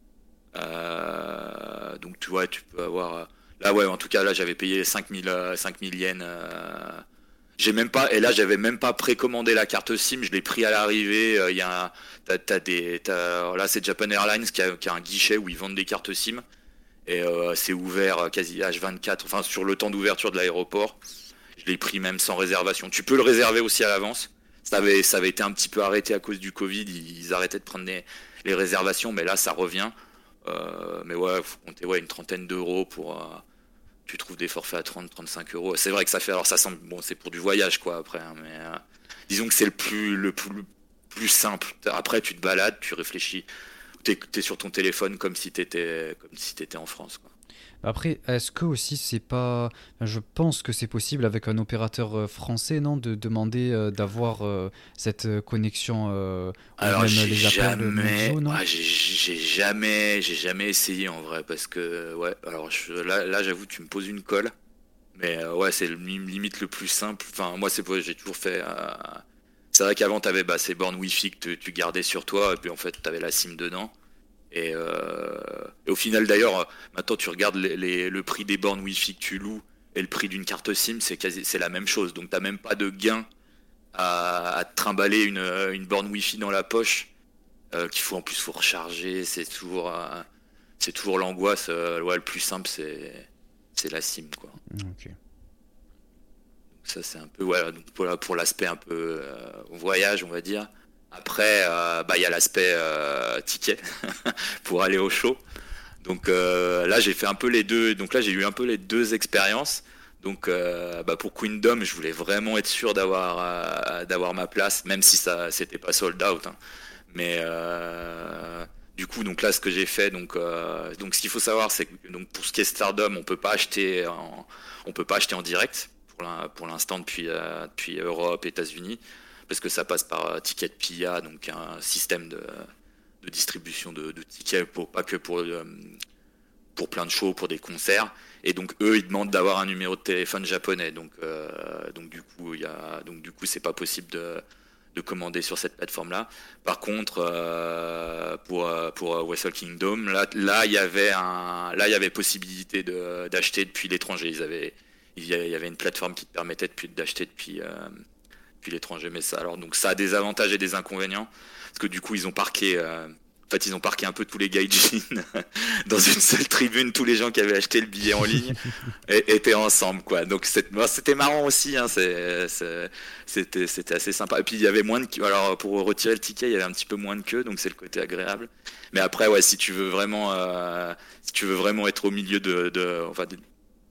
Euh, donc tu vois, tu peux avoir. euh, Là, ouais, en tout cas, là, j'avais payé cinq mille, euh, cinq mille yens. euh, J'ai même pas, et là, j'avais même pas précommandé la carte SIM. Je l'ai pris à l'arrivée. euh, Il y a, un- t'as, t'as des, t'as- là, c'est Japan Airlines qui a, qui a un guichet où ils vendent des cartes SIM et euh, c'est ouvert euh, quasi H vingt-quatre. Enfin, sur le temps d'ouverture de l'aéroport, je l'ai pris même sans réservation. Tu peux le réserver aussi à l'avance. Ça avait, ça avait été un petit peu arrêté à cause du Covid. Ils, ils arrêtaient de prendre les, les réservations, mais là, ça revient. Euh, mais ouais, faut compter ouais, une trentaine d'euros pour. euh, tu trouves des forfaits à trente trente-cinq euros. C'est vrai que ça fait. Alors ça semble. Bon, c'est pour du voyage quoi après. Hein, mais euh, disons que c'est le plus, le plus, plus simple. Après, tu te balades, tu réfléchis. T'es, t'es sur ton téléphone comme si t'étais, comme si t'étais en France, quoi. Après, est-ce que aussi c'est pas. Enfin, je pense que c'est possible avec un opérateur euh, français, non, de demander euh, d'avoir euh, cette euh, connexion euh, ou Alors même j'ai les appels jamais, mondiaux, non? ah, j'ai j'ai jamais, j'ai jamais essayé en vrai parce que ouais. Alors je- là, là, j'avoue, tu me poses une colle. Mais euh, ouais, c'est le lim- limite le plus simple. Enfin, moi, c'est pour j'ai toujours fait. euh, C'est vrai qu'avant, t'avais bah, ces bornes Wi-Fi que tu tu gardais sur toi, et puis en fait, t'avais la SIM dedans. Et, euh, et au final, d'ailleurs, euh, maintenant, tu regardes les- les- le prix des bornes Wi-Fi que tu loues et le prix d'une carte SIM, c'est quasi, c'est la même chose. Donc, t'as même pas de gain à, à te trimballer une, euh, une borne Wi-Fi dans la poche, euh, qu'il faut en plus faut recharger. C'est toujours, euh, c'est toujours l'angoisse. euh, ouais, le plus simple, c'est, c'est la SIM, quoi. Ok. Ça, c'est un peu voilà, donc pour, la- pour l'aspect un peu euh, voyage, on va dire. Après, euh, bah, il y a l'aspect euh, ticket pour aller au show. Donc euh, là, j'ai fait un peu les deux. Donc là, j'ai eu un peu les deux expériences. Donc euh, bah, pour Queendom, je voulais vraiment être sûr d'avoir euh, d'avoir ma place, même si ça c'était pas sold out, hein. Mais euh, du coup, donc là, ce que j'ai fait, donc euh, donc ce qu'il faut savoir, c'est que donc pour ce qui est Stardom, on peut pas acheter en, on peut pas acheter en direct pour l'in- pour l'instant depuis euh, depuis Europe, États-Unis, parce que ça passe par euh, Ticketpia, donc un système de de distribution de, de tickets pour pas que pour euh, pour plein de shows, pour des concerts. Et donc eux, ils demandent d'avoir un numéro de téléphone japonais. Donc euh, donc du coup, il y a donc du coup, c'est pas possible de de commander sur cette plateforme-là. Par contre, euh, pour euh, pour Wrestle Kingdom, là là il y avait un là il y avait possibilité de d'acheter depuis l'étranger. Ils avaient il y avait il y avait une plateforme qui te permettait depuis d'acheter depuis euh, depuis l'étranger. Mais ça alors donc ça a des avantages et des inconvénients parce que du coup ils ont parqué euh, En fait, ils ont parqué un peu tous les gaijins dans une seule tribune. Tous les gens qui avaient acheté le billet en ligne et- étaient ensemble, quoi. Donc c'est- moi, c'était marrant aussi. Hein, c'est- c'est- c'était, c'était assez sympa. Et puis il y avait moins de, alors pour retirer le ticket, il y avait un petit peu moins de queue, donc c'est le côté agréable. Mais après, ouais, si tu veux vraiment, euh, si tu veux vraiment être au milieu de, de, enfin, de-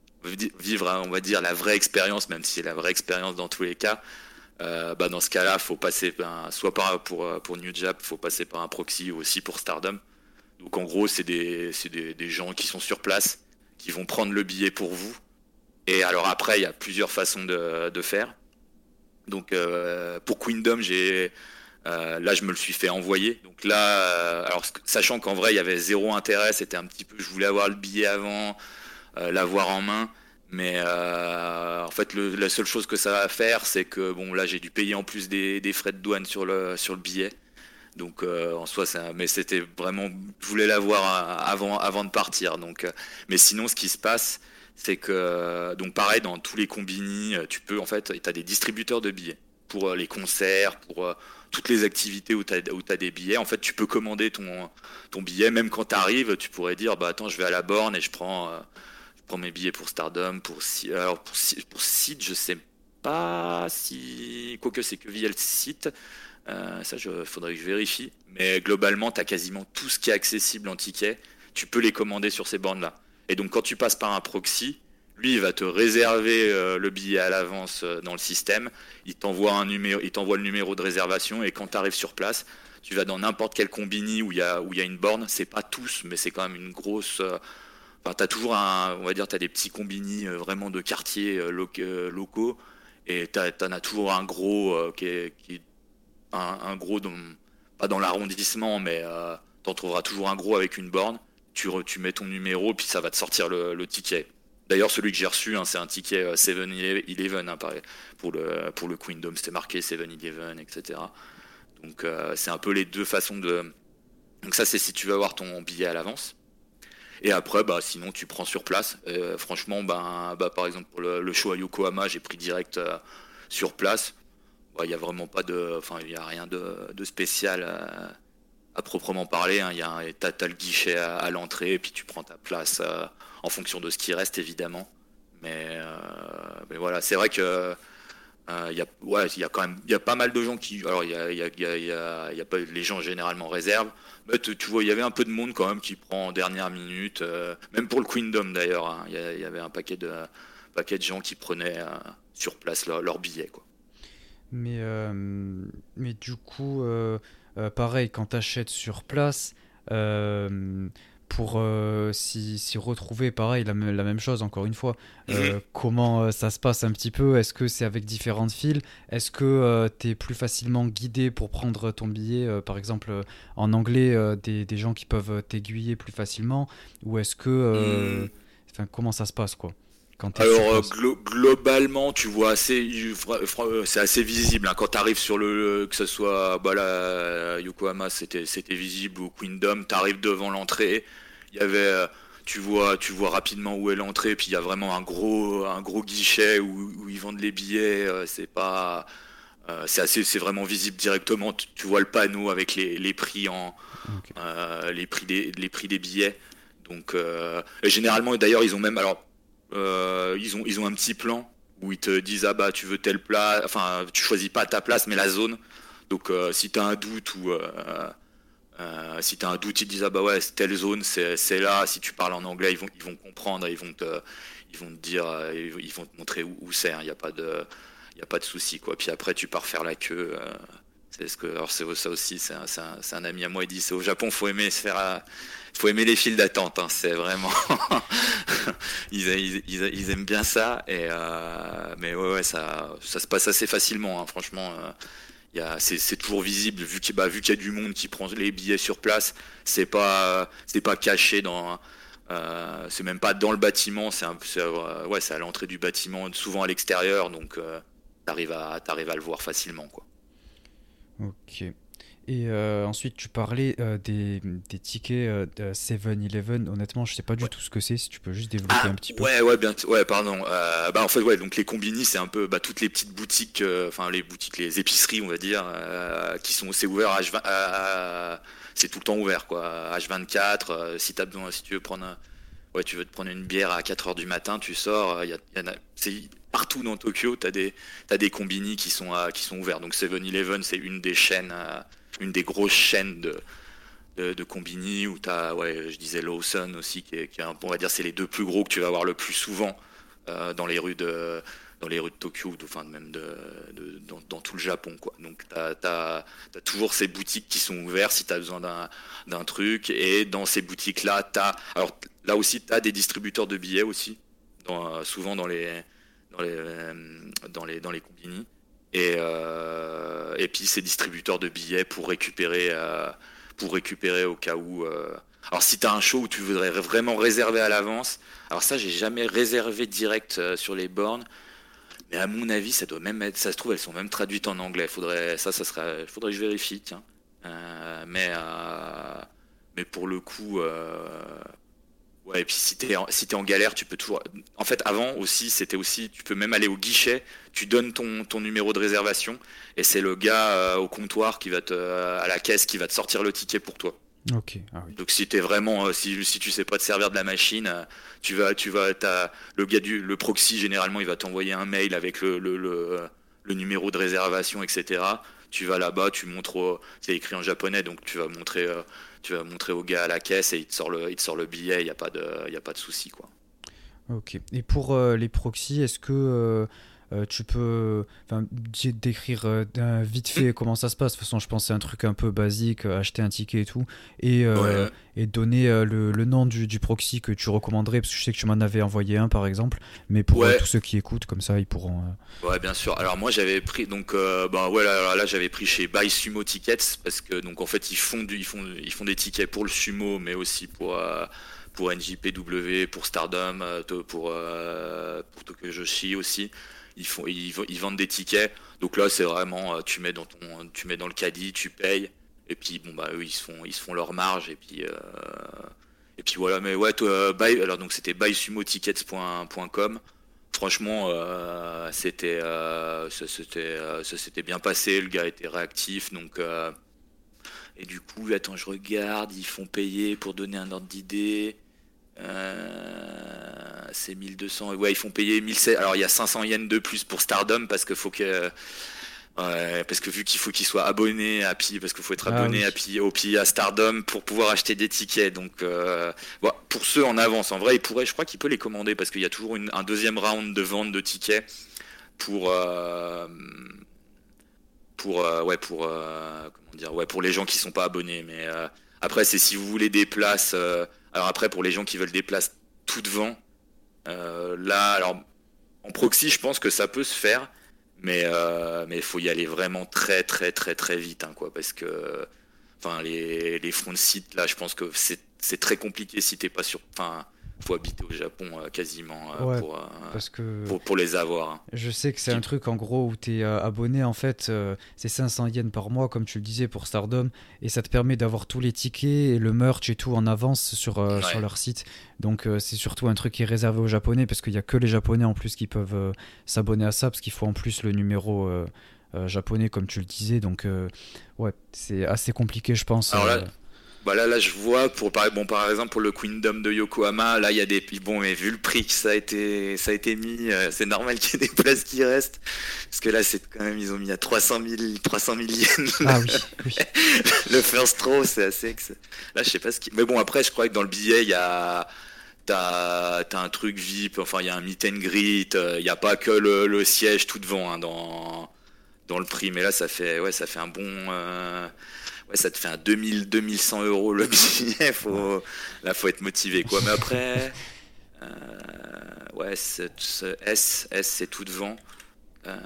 vivre, hein, on va dire, la vraie expérience, même si c'est la vraie expérience dans tous les cas. Euh, bah dans ce cas-là, faut passer ben, soit par pour pour New Jap, faut passer par un proxy ou aussi pour Stardom. Donc en gros, c'est des c'est des, des gens qui sont sur place, qui vont prendre le billet pour vous. Et alors après, il y a plusieurs façons de de faire. Donc euh, pour Queendom, j'ai euh, là je me le suis fait envoyer. Donc là, euh, alors sachant qu'en vrai il y avait zéro intérêt, c'était un petit peu, je voulais avoir le billet avant, euh, l'avoir en main. Mais euh, en fait, le, la seule chose que ça va faire, c'est que bon, là, j'ai dû payer en plus des, des frais de douane sur le sur le billet. Donc euh, en soi, c'est un- mais c'était vraiment, je voulais l'avoir euh, avant avant de partir. Donc, euh, mais sinon, ce qui se passe, c'est que euh, donc pareil dans tous les combini, euh, tu peux en fait, tu as des distributeurs de billets pour euh, les concerts, pour euh, toutes les activités où tu as où t'as des billets. En fait, tu peux commander ton ton billet, même quand tu arrives, tu pourrais dire bah attends, je vais à la borne et je prends euh, prends mes billets pour Stardom, pour Si- alors pour Si- pour Seed, je sais pas si quoique c'est que via le site. Euh, ça, je faudrait que je vérifie. Mais globalement, tu as quasiment tout ce qui est accessible en ticket. Tu peux les commander sur ces bornes-là. Et donc, quand tu passes par un proxy, lui, il va te réserver euh, le billet à l'avance euh, dans le système. Il t'envoie un numéro, il t'envoie le numéro de réservation. Et quand tu arrives sur place, tu vas dans n'importe quel combini où il y a où il y a une borne. C'est pas tous, mais c'est quand même une grosse. euh, Enfin, t'as toujours un, on va dire, t'as des petits combini euh, vraiment de quartiers euh, loc- euh, locaux, et t'as, t'en as toujours un gros euh, qui est, qui est un, un gros, dans, pas dans l'arrondissement, mais euh, t'en trouveras toujours un gros avec une borne. Tu, re- tu mets ton numéro, puis ça va te sortir le, le ticket. D'ailleurs, celui que j'ai reçu, hein, c'est un ticket euh, sept eleven, hein, pareil, pour le pour le Queendom, c'était marqué sept eleven, et cetera. Donc euh, c'est un peu les deux façons de. Donc ça, c'est si tu veux avoir ton billet à l'avance. Et après, bah, sinon, tu prends sur place. Euh, franchement, bah, bah, par exemple, pour le, le show à Yokohama, j'ai pris direct euh, sur place. Bah, il y a vraiment pas de, enfin, il y a rien de, de spécial à, à proprement parler. Hein. Il y a, un- t'as, t'as le guichet à, à l'entrée, et puis tu prends ta place euh, en fonction de ce qui reste, évidemment. Mais, euh, mais voilà, c'est vrai que euh, il y a, ouais, il y a quand même, il y a pas mal de gens qui, alors il y a, il y a, il y a, il y a- il y a pas, les gens généralement réservent, mais tu, tu vois, il y avait un peu de monde quand même qui prend en dernière minute, euh, même pour le Queendom d'ailleurs, hein, il y, a- il y avait un paquet de, paquet de gens qui prenaient euh, sur place leur, leur billet, quoi. Mais, euh, mais du coup, euh, euh, pareil, quand tu achètes sur place, euh, pour euh, s'y s'y retrouver, pareil, la, me- la même chose, encore une fois. Mhm. Euh, comment euh, ça se passe un petit peu? Est-ce que c'est avec différentes files? Est-ce que tu es plus facilement guidé pour prendre ton billet, euh, par exemple, euh, en anglais, euh, des, des gens qui peuvent t'aiguiller plus facilement? Ou est-ce que... euh, Hmm. Enfin, comment ça se passe, quoi, quand tu es sur Alors euh, place? glo- globalement, tu vois assez, fra- fra- euh, c'est assez visible hein, quand tu arrives sur le, que ce soit bah là, Yokohama, c'était c'était visible ou Queendom, tu arrives devant l'entrée, il y avait, euh, tu vois, tu vois rapidement où est l'entrée, puis il y a vraiment un gros un gros guichet où, où ils vendent les billets, euh, c'est pas, euh, c'est assez, c'est vraiment visible directement, tu, tu vois le panneau avec les, les prix en, Ok. euh, les prix des les prix des billets. Donc euh, et généralement d'ailleurs ils ont même alors euh, ils ont ils ont un petit plan où ils te disent ah bah tu veux telle place, enfin tu choisis pas ta place mais la zone. Donc euh, si t'as un doute ou euh, euh, si t'as un doute ils te disent ah bah ouais c'est telle zone c'est c'est là. Si tu parles en anglais ils vont ils vont comprendre, ils vont te ils vont te dire euh, ils vont te montrer où, où c'est. Il y a pas de il y a pas de souci quoi. Puis après tu pars faire la queue. euh, c'est ce que alors c'est ça aussi c'est un, c'est un, c'est un ami à moi il dit c'est au Japon faut aimer se faire euh, faut aimer les files d'attente hein, c'est vraiment ils, ils, ils, ils aiment bien ça et euh, mais ouais, ouais ça ça se passe assez facilement hein, franchement euh, il y a c'est c'est toujours visible vu qu'il bah, vu qu'il y a du monde qui prend les billets sur place c'est pas c'est pas caché dans euh, c'est même pas dans le bâtiment c'est un c'est, euh, ouais c'est à l'entrée du bâtiment souvent à l'extérieur donc euh, t'arrives à t'arrives à le voir facilement quoi. Ok. Et euh, ensuite, tu parlais euh, des, des tickets euh, de sept eleven. Honnêtement, je sais pas du Ouais. tout ce que c'est. Si tu peux juste développer Ah un petit peu. ouais ouais bien ouais pardon euh, bah en fait ouais donc les combini c'est un peu bah, toutes les petites boutiques euh, enfin les boutiques les épiceries on va dire euh, qui sont c'est ouvert à, H vingt à- c'est tout le temps ouvert, quoi. H vingt-quatre, euh, si t'as besoin, si tu veux prendre, un- ouais, tu veux te prendre une bière à quatre heures du matin, tu sors. Il y a, y en a, c'est partout dans Tokyo, t'as des, t'as des combini qui sont, à- qui sont ouverts. Donc seven-Eleven, c'est une des chaînes, euh, une des grosses chaînes de, de, de combini où t'as, ouais, je disais Lawson aussi, qui est, qui est un, on va dire, c'est les deux plus gros que tu vas voir le plus souvent euh, dans les rues de, dans les rues de Tokyo, ou de- enfin même de, de- dans, dans tout le Japon, quoi. Donc t'as, t'as, t'as toujours ces boutiques qui sont ouvertes si t'as besoin d'un, d'un truc, et dans ces boutiques-là, t'as, alors là aussi, t'as des distributeurs de billets aussi, dans, euh, souvent dans les, dans les, euh, dans les, dans les combini. Et, euh, et puis ces distributeurs de billets pour récupérer, euh, pour récupérer au cas où. euh, Alors si tu as un show où tu voudrais vraiment réserver à l'avance, alors ça j'ai jamais réservé direct euh, sur les bornes, mais à mon avis ça doit même être, ça se trouve elles sont même traduites en anglais. Faudrait, ça, ça serait, faudrait que je vérifie, tiens. Euh, mais, euh, mais pour le coup. Euh, Ouais, et puis si t'es en, si t'es en galère, tu peux toujours. En fait, avant aussi, c'était aussi, tu peux même aller au guichet, tu donnes ton, ton numéro de réservation, et c'est le gars euh, au comptoir qui va te, à la caisse qui va te sortir le ticket pour toi. Ok, ah oui. Donc si t'es vraiment, euh, si, si tu sais pas te servir de la machine, euh, tu vas, tu vas, t'as, le gars du, le proxy généralement, il va t'envoyer un mail avec le, le, le, le numéro de réservation, et cetera. Tu vas là-bas, tu montres, au- c'est écrit en japonais, donc tu vas montrer, euh, tu vas montrer au gars à la caisse et il te sort le, il te sort le billet. Il y a pas de, il y a pas de souci, quoi. Ok. Et pour euh, les proxys, est-ce que euh, euh, tu peux enfin, d- décrire euh, d'un- vite Hmm. fait comment ça se passe? De toute façon, je pense que c'est un truc un peu basique, euh, acheter un ticket et tout, et, euh, Ouais, et donner euh, le, le nom du, du proxy que tu recommanderais, parce que je sais que tu m'en avais envoyé un par exemple, mais pour euh, ouais, tous ceux qui écoutent, comme ça, ils pourront. euh, ouais, bien sûr. Alors moi j'avais pris donc euh, ben ouais là, là, j'avais pris chez Buy Sumo Tickets parce que donc en fait ils font du, ils font ils font des tickets pour le sumo mais aussi pour euh, pour N J P W, pour Stardom, euh, to- pour euh, pour Tokyo Joshi aussi. Ils font ils, v- ils vendent des tickets. Donc là c'est vraiment euh, tu mets dans ton tu mets dans le caddie, tu payes et puis bon bah eux ils se font ils se font leur marge et puis euh, et puis voilà. Mais ouais toi, buy, alors donc c'était buy sumo tickets point com. Franchement, euh, c'était, euh, ça, s'était, euh, ça s'était bien passé. Le gars était réactif, donc euh, et du coup, attends, je regarde, ils font payer pour donner un ordre d'idée. Euh, c'est mille deux cents. Ouais, ils font payer mille sept cents. Alors il y a cinq cents yens de plus pour Stardom parce que faut que Ouais, parce que vu qu'il faut qu'il soit abonné à Pi, parce qu'il faut être Ah abonné oui. à Pi, au Pi à Stardom pour pouvoir acheter des tickets. Donc, euh, bon, pour ceux en avance, en vrai, il pourrait, je crois qu'il peut les commander parce qu'il y a toujours une- un deuxième round de vente de tickets pour, euh, pour, euh, ouais, pour, euh, comment dire, ouais, pour les gens qui sont pas abonnés. Mais euh, après, c'est si vous voulez des places. euh, alors après, pour les gens qui veulent des places tout devant, euh, là, alors en proxy, je pense que ça peut se faire, mais euh, mais il faut y aller vraiment très très très très vite, hein, quoi, parce que enfin les les front sites là, je pense que c'est c'est très compliqué si t'es pas sur, enfin faut habiter au Japon euh, quasiment euh, Ouais, pour, euh, parce que pour pour les avoir, hein. je sais que Ce c'est un qui- truc en gros où tu es abonné en fait, euh, c'est cinq cents yens par mois comme tu le disais pour Stardom et ça te permet d'avoir tous les tickets et le merch et tout en avance sur, euh, sur Ouais. leur site. Donc euh, c'est surtout un truc qui est réservé aux Japonais parce qu'il y a que les Japonais en plus qui peuvent euh, s'abonner à ça parce qu'il faut en plus le numéro euh, euh, japonais comme tu le disais. Donc euh, ouais, c'est assez compliqué je pense. Alors euh. là, bah là, là, je vois pour par, bon, par exemple pour le Queendom de Yokohama, là il y a des bon, mais vu le prix que ça a été ça a été mis, euh, c'est normal qu'il y ait des places qui restent parce que là c'est quand même ils ont mis à trois cent mille trois cent mille yens. Ah oui, oui. Le first row, c'est assez ex- là je sais pas ce qui, mais bon après je crois que dans le billet il y a t'as t'as un truc V I P, enfin il y a un meet and greet, euh, il y a pas que le, le siège tout devant, hein, dans dans le prix, mais là ça fait ouais ça fait un bon euh, ouais ça te fait un deux mille deux mille cent euros le billet. Faut là faut être motivé, quoi, mais après euh, ouais c'est- c'est- S S c'est tout devant. Euh,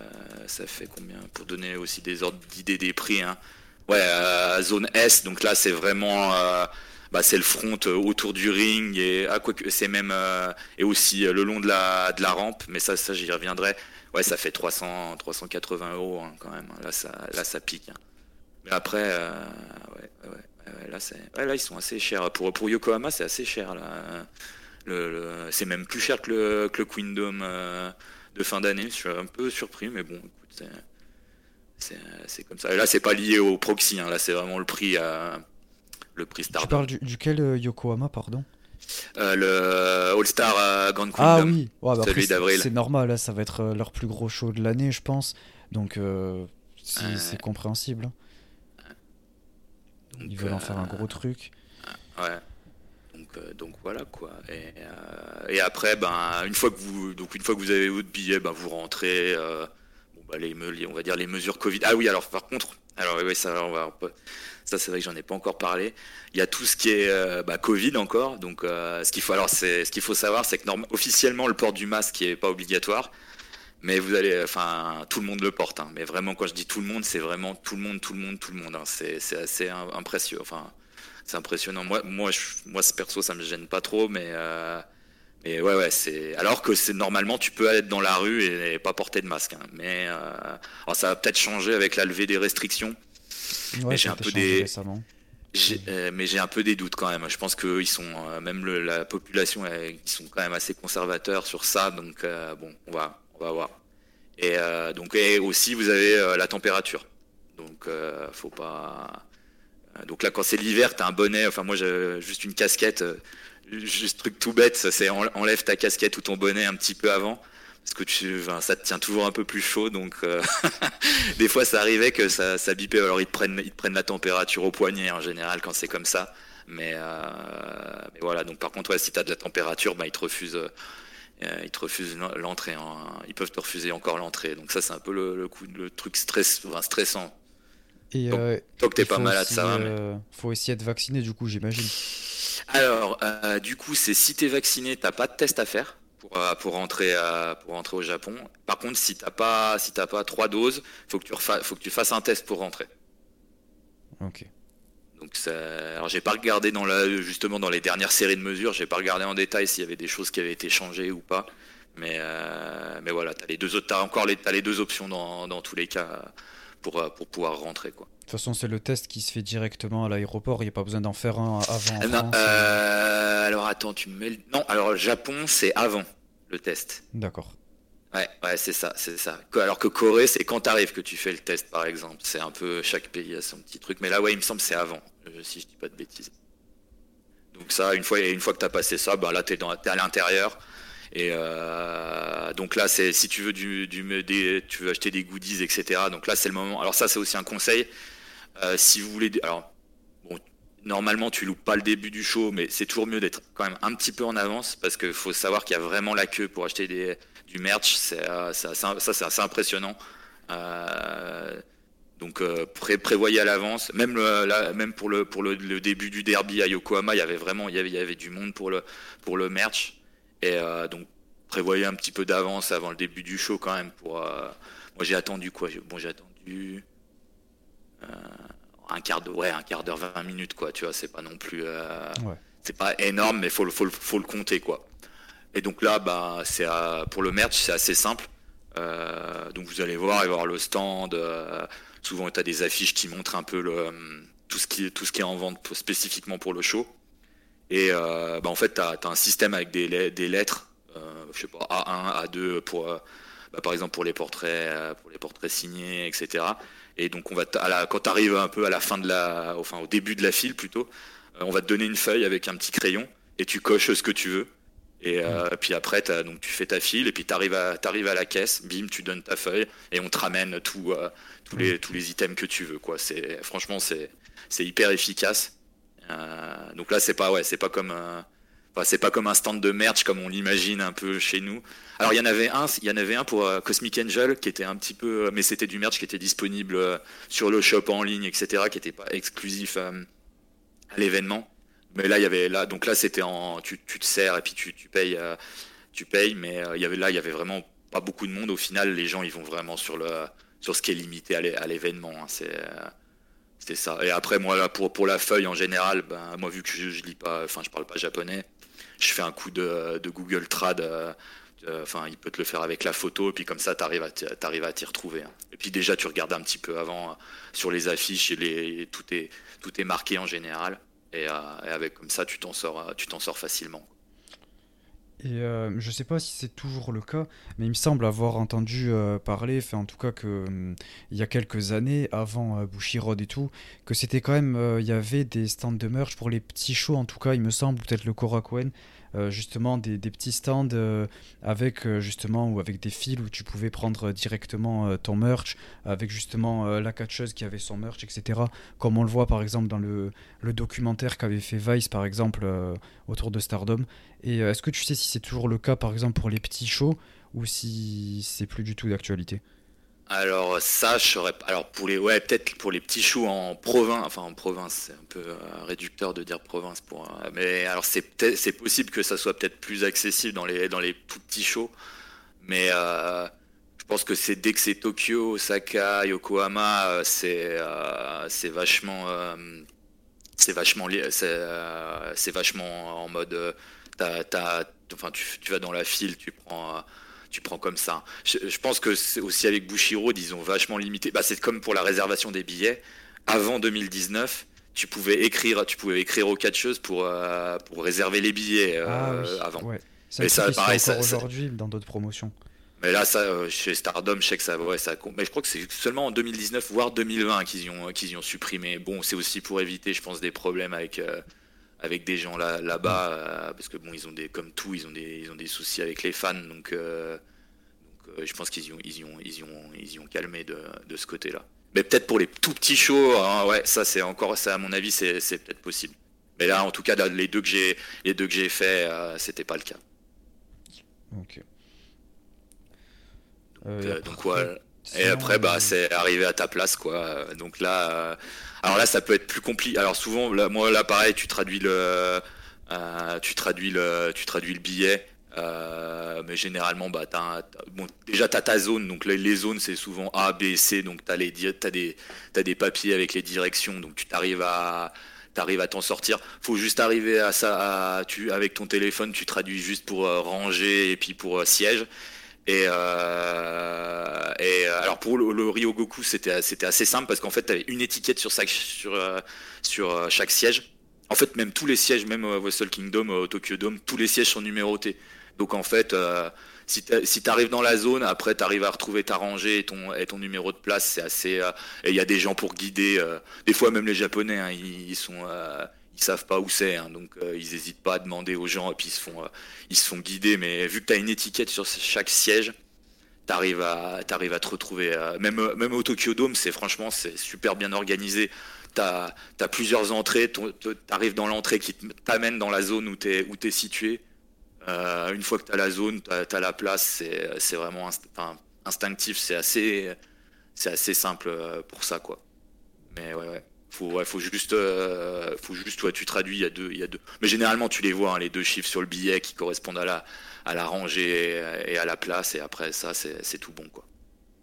Ça fait combien pour donner aussi des ordres d'idée des prix, hein. Ouais, euh, zone S, donc là c'est vraiment euh, bah, c'est le front euh, autour du ring et ah, quoique, c'est même euh, et aussi euh, le long de la de la rampe, mais ça ça j'y reviendrai. Ouais, ça fait trois cents trois cent quatre-vingts euros, hein, quand même. Là ça là ça pique, hein. Mais après euh, ouais, ouais, ouais, ouais, là c'est ouais, là ils sont assez chers pour pour Yokohama, c'est assez cher là. Le, le- c'est même plus cher que le que le Queendom euh, de fin d'année. Je suis un peu surpris, mais bon, écoute, c'est c'est c'est comme ça. Et là, c'est pas lié au proxy, hein. Là, c'est vraiment le prix. À... le prix Tu Stardom. parles du, duquel euh, Yokohama, pardon? Euh, le All-Star euh, Grand Ah Kingdom, oui, ouais, bah après, celui c'est d'avril. c'est normal, là, ça va être euh, leur plus gros show de l'année, je pense. Donc, euh, c'est Euh, c'est compréhensible, hein. donc, Ils veulent en faire un euh, gros truc. ouais. Donc, euh, donc voilà quoi. Et, euh, et après, ben une fois que vous, donc une fois que vous avez votre billet, ben vous rentrez. Euh, bon bah les, me- les- on va dire les mesures Covid. Ah oui, alors par contre, alors oui, ça, on va, ça c'est vrai que j'en ai pas encore parlé. Il y a tout ce qui est euh, bah, Covid encore. Donc euh, ce qu'il faut, alors c'est, ce qu'il faut savoir, c'est que norm- officiellement le port du masque est pas obligatoire, mais vous allez, enfin tout le monde le porte. Hein. Mais vraiment, quand je dis tout le monde, c'est vraiment tout le monde, tout le monde, tout le monde. Hein. C'est, c'est assez im- impressionnant. Enfin. C'est impressionnant. Moi, moi, je, moi, ce perso, ça me gêne pas trop, mais, euh, mais ouais, ouais, c'est. Alors que c'est normalement, tu peux aller dans la rue et, et pas porter de masque. Hein. Mais euh, alors ça va peut-être changer avec la levée des restrictions. Ouais, Mais ça j'ai a un été peu changé des, récemment. j'ai, euh, mais j'ai un peu des doutes quand même. Je pense que ils sont, euh, même le, la population, euh, ils sont quand même assez conservateurs sur ça. Donc euh, bon, on va, on va voir. Et euh, donc et aussi, vous avez euh, la température. Donc euh, faut pas. Donc là, quand c'est l'hiver, t'as un bonnet. Enfin, moi, j'ai juste une casquette. euh, Juste truc tout bête, ça, c'est en- enlève ta casquette ou ton bonnet un petit peu avant, parce que tu, enfin, ça te tient toujours un peu plus chaud. Donc, euh, des fois, ça arrivait que ça, ça bipait. Alors, ils te prennent, ils te prennent la température au poignet en général quand c'est comme ça. Mais, euh, mais voilà. Donc, par contre, ouais, si t'as de la température, bah, ils te refusent. euh, ils te refusent l'entrée. Hein. Ils peuvent te refuser encore l'entrée. Donc ça, c'est un peu le, le coup, le truc stress, enfin, stressant. Et Donc, euh, tant que t'es il pas faut malade, aussi, ça va. Mais... euh, faut aussi être vacciné, du coup, j'imagine. Alors, euh, du coup, c'est si t'es vacciné, t'as pas de test à faire pour, euh, pour rentrer à- pour rentrer au Japon. Par contre, si t'as pas si t'as pas trois doses, faut que tu refa- faut que tu fasses un test pour rentrer. Ok. Donc, ça... alors j'ai pas regardé dans la justement dans les dernières séries de mesures, j'ai pas regardé en détail s'il y avait des choses qui avaient été changées ou pas. Mais euh, mais voilà, t'as les deux autres, t'as encore les t'as les deux options dans, dans tous les cas pour euh, pour pouvoir rentrer quoi. De toute façon, c'est le test qui se fait directement à l'aéroport. Il n'y a pas besoin d'en faire un avant en Euh, Non, France. et- euh, alors attends, tu me mets le... Non, alors Japon, c'est avant le test. D'accord. Ouais, ouais, c'est ça, c'est ça. Que- Alors que Corée, c'est quand t'arrives que tu fais le test, par exemple. C'est un peu, chaque pays a son petit truc. Mais là, ouais, il me semble que c'est avant, euh, si je dis pas de bêtises. Donc ça, une fois, une fois que t'as passé ça, bah là, t'es dans, t'es à l'intérieur. Et euh, donc là, c'est si tu veux du, du des, tu veux acheter des goodies, et cetera. Donc là, c'est le moment. Alors ça, c'est aussi un conseil. Euh, si vous voulez, alors bon, normalement, tu loupes pas le début du show, mais c'est toujours mieux d'être quand même un petit peu en avance parce qu'il faut savoir qu'il y a vraiment la queue pour acheter des, du merch. C'est, euh, c'est assez- ça, c'est assez impressionnant. Euh, donc euh, pré- prévoyez à l'avance. Même le, là, même pour le pour le, le début du derby à Yokohama, il y avait vraiment il y avait, il y avait du monde pour le pour le merch. Et euh, donc prévoyez un petit peu d'avance avant le début du show quand même. Pour euh, moi, j'ai attendu quoi J'ai- Bon, j'ai attendu. Euh, un quart d'heure, ouais, un quart d'heure, vingt minutes, quoi, tu vois, c'est pas non plus, euh, Ouais. c'est pas énorme, mais faut, le- faut, le- faut le compter, quoi. Et donc là, bah, c'est à- pour le merch, c'est assez simple. Euh, donc vous allez voir, il va y avoir le stand. Euh, souvent, tu as des affiches qui montrent un peu le, tout ce qui, tout ce qui est en vente pour- spécifiquement pour le show. Et euh, bah, en fait, tu as, un système avec des, le- des lettres, euh, je sais pas, A un, A deux pour, euh, bah, par exemple pour les portraits, euh, pour les portraits signés, et cetera. Et donc on va t- à la, quand tu arrives un peu à la fin de la, enfin au début de la file plutôt, euh, on va te donner une feuille avec un petit crayon et tu coches ce que tu veux. Et euh, puis après, t'as- donc tu fais ta file et puis tu arrives à, t'arrives à la caisse, bim, tu donnes ta feuille et on te ramène tout, euh, tous les tous les items que tu veux, quoi. C'est franchement c'est c'est hyper efficace. Euh, donc là, c'est pas ouais, c'est pas comme euh, enfin, c'est pas comme un stand de merch comme on l'imagine un peu chez nous. Alors il y en avait un, il y en avait un pour euh, Cosmic Angel qui était un petit peu, mais c'était du merch qui était disponible euh, sur le shop en ligne, et cetera, qui était pas exclusif euh, à l'événement. Mais là, il y avait là, donc là, c'était en, tu, tu te sers et puis tu, tu payes, euh, tu payes. Mais euh, il y avait là, il y avait vraiment pas beaucoup de monde. Au final, les gens, ils vont vraiment sur le, sur ce qui est limité à l'é- à l'événement. Hein. C'est, euh, c'était ça. Et après, moi, là, pour pour la feuille en général, ben moi, vu que je, je lis pas, enfin, je parle pas japonais, je fais un coup de, de Google Trad. euh, euh, Enfin, il peut te le faire avec la photo, et puis comme ça, t'arrives à t'y- t'arrives à t'y retrouver. Hein. Et puis déjà, tu regardes un petit peu avant euh, sur les affiches, et les, tout est tout est marqué en général. Et, euh, et avec comme ça, tu t'en sors, euh, tu t'en sors facilement. Et euh, je sais pas si c'est toujours le cas, mais il me semble avoir entendu euh, parler, enfin en tout cas que hum, il y a quelques années, avant euh, Bushiroad et tout, que c'était quand même, euh, il y avait des stands de merch pour les petits shows, en tout cas il me semble, ou peut-être le Korakuen, euh, justement des, des petits stands euh, avec euh, justement ou avec des fils où tu pouvais prendre euh, directement euh, ton merch, avec justement euh, la catcheuse qui avait son merch, et cetera. Comme on le voit par exemple dans le, le documentaire qu'avait fait Vice par exemple euh, autour de Stardom. Et euh, est-ce que tu sais si c'est toujours le cas, par exemple, pour les petits shows, ou si c'est plus du tout d'actualité? Alors ça, je saurais pas. Alors pour les, ouais, peut-être pour les petits shows en province, enfin en province, c'est un peu euh, réducteur de dire province pour. euh, mais alors c'est peut-être, c'est possible que ça soit peut-être plus accessible dans les dans les tout petits shows. Mais euh, je pense que c'est dès que c'est Tokyo, Osaka, Yokohama, euh, c'est euh, c'est vachement euh, c'est vachement li- c'est euh, c'est vachement en mode euh, t'as, t'as- enfin tu, tu vas dans la file, tu prends euh, tu prends comme ça. Je, je pense que c'est aussi avec Bushiroad, ils ont vachement limité. Bah, c'est comme pour la réservation des billets. Avant deux mille dix-neuf, tu pouvais écrire tu pouvais écrire aux catcheuses pour euh, pour réserver les billets Ah euh, oui, avant. ouais. C'est un Et truc ça qui se fait pareil, encore ça, ça- aujourd'hui dans d'autres promotions. mais là, ça, euh, chez Stardom, je sais que ça, ouais, ça compte. Mais je crois que c'est seulement en deux mille dix-neuf, voire deux mille vingt, qu'ils y ont, qu'ils y ont supprimé. Bon, c'est aussi pour éviter, je pense, des problèmes avec, euh, avec des gens là, Mm. là-bas, euh, parce que bon, ils ont des, comme tout, ils ont des, ils ont des soucis avec les fans, donc, euh, donc euh, je pense qu'ils y ont, ils y ont, ils y ont, ils y ont calmé de, de ce côté-là. Mais peut-être pour les tout petits shows, hein, ouais, ça c'est encore, ça à mon avis, c'est, c'est peut-être possible. Mais là, en tout cas, les deux que j'ai, les deux que j'ai fait, euh, c'était pas le cas. Ok. Donc, Euh, et euh, donc après, ouais. Et sinon, après, bah, euh, c'est arrivé à ta place, quoi. Euh, Donc là, euh, alors là, ça peut être plus compliqué. Alors souvent, là, moi, là, pareil, tu traduis le, euh, tu traduis le, tu traduis le billet. Euh, mais généralement, bah, t'as, un- t'as- bon, déjà, t'as ta zone. Donc les, les zones, c'est souvent A, B, C. Donc t'as les, di- t'as des, t'as des papiers avec les directions. Donc tu t'arrives à, t'arrives à t'en sortir. Faut juste arriver à ça, à- tu, avec ton téléphone, tu traduis juste pour euh, ranger et puis pour euh, siège. Et, euh, et euh, alors pour le, le Ryogoku, c'était c'était assez simple parce qu'en fait, tu avais une étiquette sur chaque sur euh, sur euh, chaque siège. En fait, même tous les sièges, même au Wrestle Kingdom, au Tokyo Dome, tous les sièges sont numérotés. Donc en fait, euh, si t'as- si t'arrives dans la zone, après t'arrives à retrouver ta rangée et ton et ton numéro de place, c'est assez. euh, et il y a des gens pour guider. euh, des fois, même les Japonais, hein, ils, ils sont euh, ils savent pas où c'est, hein, donc euh, ils hésitent pas à demander aux gens et puis ils se font euh, ils se font guider. Mais vu que t'as une étiquette sur chaque siège, t'arrives à t'arrives à te retrouver. euh, même même au Tokyo Dome, c'est franchement c'est super bien organisé. T'as t'as plusieurs entrées. ton- te- T'arrives dans l'entrée qui te- t'amène dans la zone où t'es où t'es situé. Euh, une fois que t'as la zone, t'as t'as la place. C'est c'est vraiment inst- enfin, instinctif. C'est assez c'est assez simple euh, pour ça, quoi. Mais ouais, ouais. Faut, ouais, faut juste, euh, faut juste, ouais, tu traduis, il y a deux, il y a deux. Mais généralement, tu les vois, hein, les deux chiffres sur le billet qui correspondent à la, à la rangée et, et à la place, et après ça, c'est, c'est tout bon, quoi.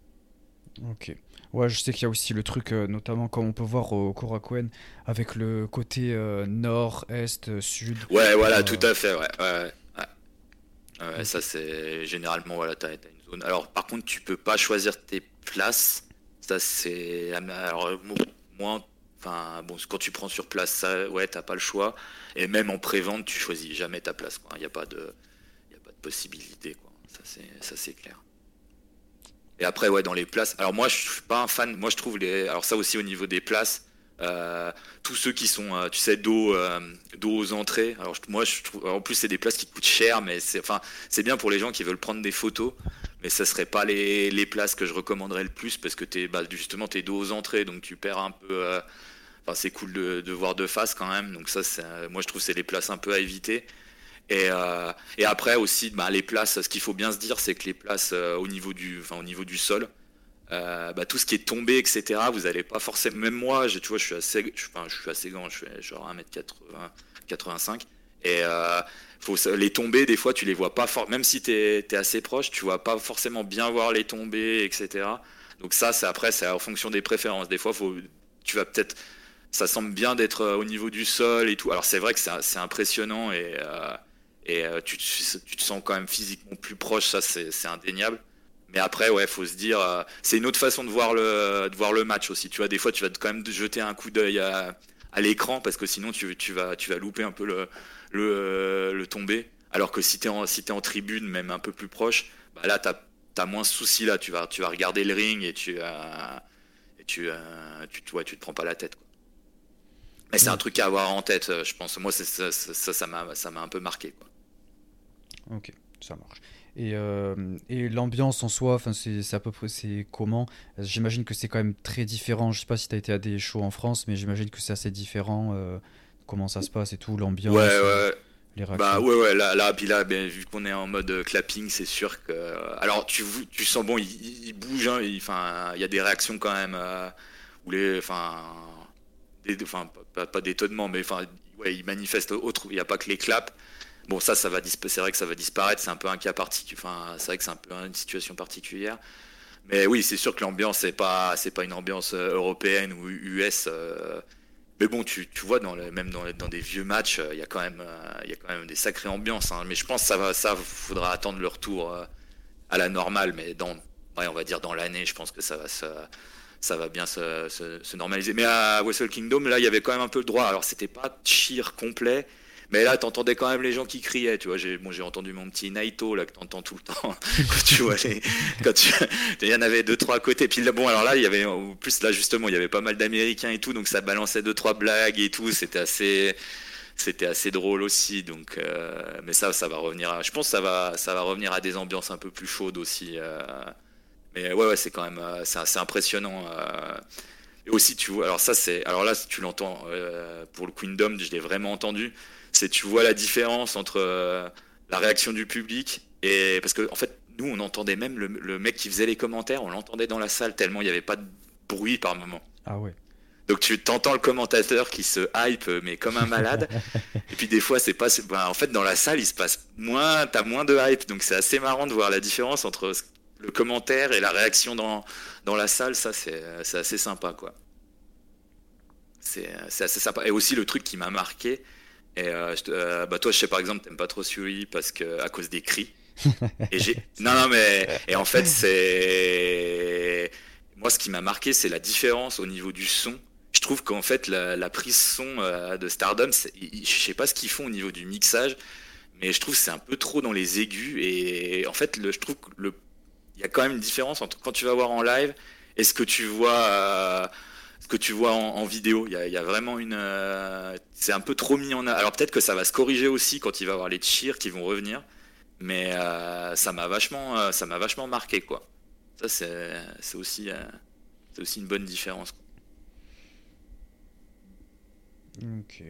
ok. Ouais, je sais qu'il y a aussi le truc, euh, notamment comme on peut voir au Korakuen, avec le côté euh, nord, est, euh, sud. Ouais, voilà, tout Euh, à fait, ouais, ouais, ouais. Ouais, ouais, ok. ça, c'est généralement, voilà, t'as, t'as une zone. Alors, par contre, tu peux pas choisir tes places. Ça, c'est, alors, mo- moi, enfin, bon, quand tu prends sur place, ça, ouais, t'as pas le choix. Et même en pré-vente, tu choisis jamais ta place, quoi. Il y a pas de, il y a pas de possibilité, quoi. Ça, c'est, ça, c'est clair. Et après, ouais, dans les places. Alors moi, je suis pas un fan. Moi, je trouve les. Alors ça aussi au niveau des places, euh, tous ceux qui sont, euh, tu sais, dos, euh, dos aux entrées. Alors je- moi, je trouve. En plus, c'est des places qui coûtent cher, mais c'est, enfin, c'est bien pour les gens qui veulent prendre des photos. Mais ça serait pas les, les places que je recommanderais le plus parce que t'es, bah, justement, t'es dos aux entrées, donc tu perds un peu. euh, Enfin, c'est cool de, de voir de face quand même. Donc ça, c'est, euh, moi, je trouve que c'est les places un peu à éviter. Et, euh, et après aussi, bah, les places, ce qu'il faut bien se dire, c'est que les places euh, au niveau du, enfin, au niveau du sol, euh, bah, tout ce qui est tombé, et cetera, vous allez pas forcément. Même moi, je, tu vois, je suis assez, je, enfin, je suis assez grand, je fais genre un mètre quatre-vingts, quatre-vingt-cinq. Et euh, faut, les tombées, des fois, tu les vois pas fort. Même si t'es, t'es assez proche, tu vois pas forcément bien voir les tombées, et cetera. Donc ça, c'est après, c'est en fonction des préférences. Des fois, faut, tu vas peut-être. Ça semble bien d'être euh, au niveau du sol et tout. Alors c'est vrai que c'est, c'est impressionnant et, euh, et euh, tu, te- tu te sens quand même physiquement plus proche, ça c'est, c'est indéniable. Mais après, ouais, faut se dire, euh, c'est une autre façon de voir le, de voir le match aussi. Tu vois, des fois, tu vas quand même jeter un coup d'œil à, à l'écran parce que sinon, tu, tu vas, tu vas louper un peu le, le, le tombé. Alors que si t'es en, si t'es en tribune, même un peu plus proche, bah là, t'as, t'as moins ce souci là. Tu vas, tu vas regarder le ring et tu, euh, et tu, euh, tu, tu, ouais, tu te prends pas la tête, quoi. Mais c'est un truc à avoir en tête, euh, je pense. Moi, c'est, ça, ça, ça, ça m'a, ça m'a un peu marqué, quoi. Ok, ça marche. Et, euh, et l'ambiance en soi, enfin c'est, c'est à peu près c'est comment? J'imagine que c'est quand même très différent. Je sais pas si tu as été à des shows en France, mais j'imagine que c'est assez différent. Euh, comment ça se passe et tout, Ouais, l'ambiance, euh, ouais. les Bah réactions. ouais, ouais, là, là, puis là, ben, vu qu'on est en mode euh, clapping, c'est sûr que. euh, Alors, tu, vou- tu sens, bon, il, il- il bouge, hein, il, enfin, il y a des réactions quand même, euh, où les. Enfin, des- enfin pas, pas d'étonnement, mais enfin, ouais, il manifeste autre, il n'y a pas que les claps. Bon, ça, ça va dispa- c'est vrai que ça va disparaître, c'est un peu un cas particulier, enfin, c'est vrai que c'est un peu une situation particulière. Mais oui, c'est sûr que l'ambiance, c'est pas, c'est pas une ambiance euh, européenne ou U S. euh, Mais bon, tu, tu vois, dans le- même dans, dans des vieux matchs, euh, il y a quand même, euh, il y a quand même des sacrées ambiances, hein. Mais je pense que ça va, ça, faudra attendre le retour euh, à la normale. Mais dans, ouais, on va dire dans l'année, je pense que ça va se, ça va bien se, se- se normaliser. Mais à Wrestle Kingdom, là, il y avait quand même un peu le droit. Alors, c'était pas cheer complet. Mais là, t'entendais quand même les gens qui criaient, tu vois. J'ai, bon, j'ai entendu mon petit Naito, là, que t'entends tout le temps. Quand tu vois les, quand tu, il y en avait deux, trois à côté. Puis là, bon, alors là, il y avait, en plus, là, justement, il y avait pas mal d'Américains et tout. Donc, ça balançait deux, trois blagues et tout. C'était assez, c'était assez drôle aussi. Donc, euh, mais ça, ça va revenir à, je pense que ça va, ça va revenir à des ambiances un peu plus chaudes aussi. euh. Mais ouais, ouais, c'est quand même, euh, c'est assez impressionnant. euh. Et aussi, tu vois, alors ça, c'est, alors là, si tu l'entends, euh, pour le Queendom, je l'ai vraiment entendu. C'est, tu vois la différence entre euh, la réaction du public et, parce que, en fait, nous, on entendait même le, le mec qui faisait les commentaires, on l'entendait dans la salle tellement il n'y avait pas de bruit par moment. Ah ouais. Donc tu t'entends le commentateur qui se hype mais comme un malade. Et puis des fois c'est pas, ben, en fait dans la salle il se passe moins, t'as moins de hype. Donc c'est assez marrant de voir la différence entre ce- le commentaire et la réaction dans dans la salle. Ça c'est c'est assez sympa, quoi. C'est c'est assez sympa. Et aussi le truc qui m'a marqué. Et euh, je te- euh, bah toi je sais par exemple t'aimes pas trop Suri parce que à cause des cris. Et j'ai non non mais et en fait c'est moi ce qui m'a marqué c'est la différence au niveau du son. Je trouve qu'en fait la, la prise son euh, de Stardom, c'est- ils- je sais pas ce qu'ils font au niveau du mixage, mais je trouve que c'est un peu trop dans les aigus et en fait le, je trouve que le il y a quand même une différence entre quand tu vas voir en live et ce que tu vois euh, ce que tu vois en, en vidéo. Il y a, il y a vraiment une euh, c'est un peu trop mis en a- alors peut-être que ça va se corriger aussi quand il va y avoir les cheers qui vont revenir. Mais euh, ça m'a vachement, euh, ça m'a vachement marqué, quoi. Ça, c'est, c'est aussi, euh, c'est aussi une bonne différence, quoi. Ok.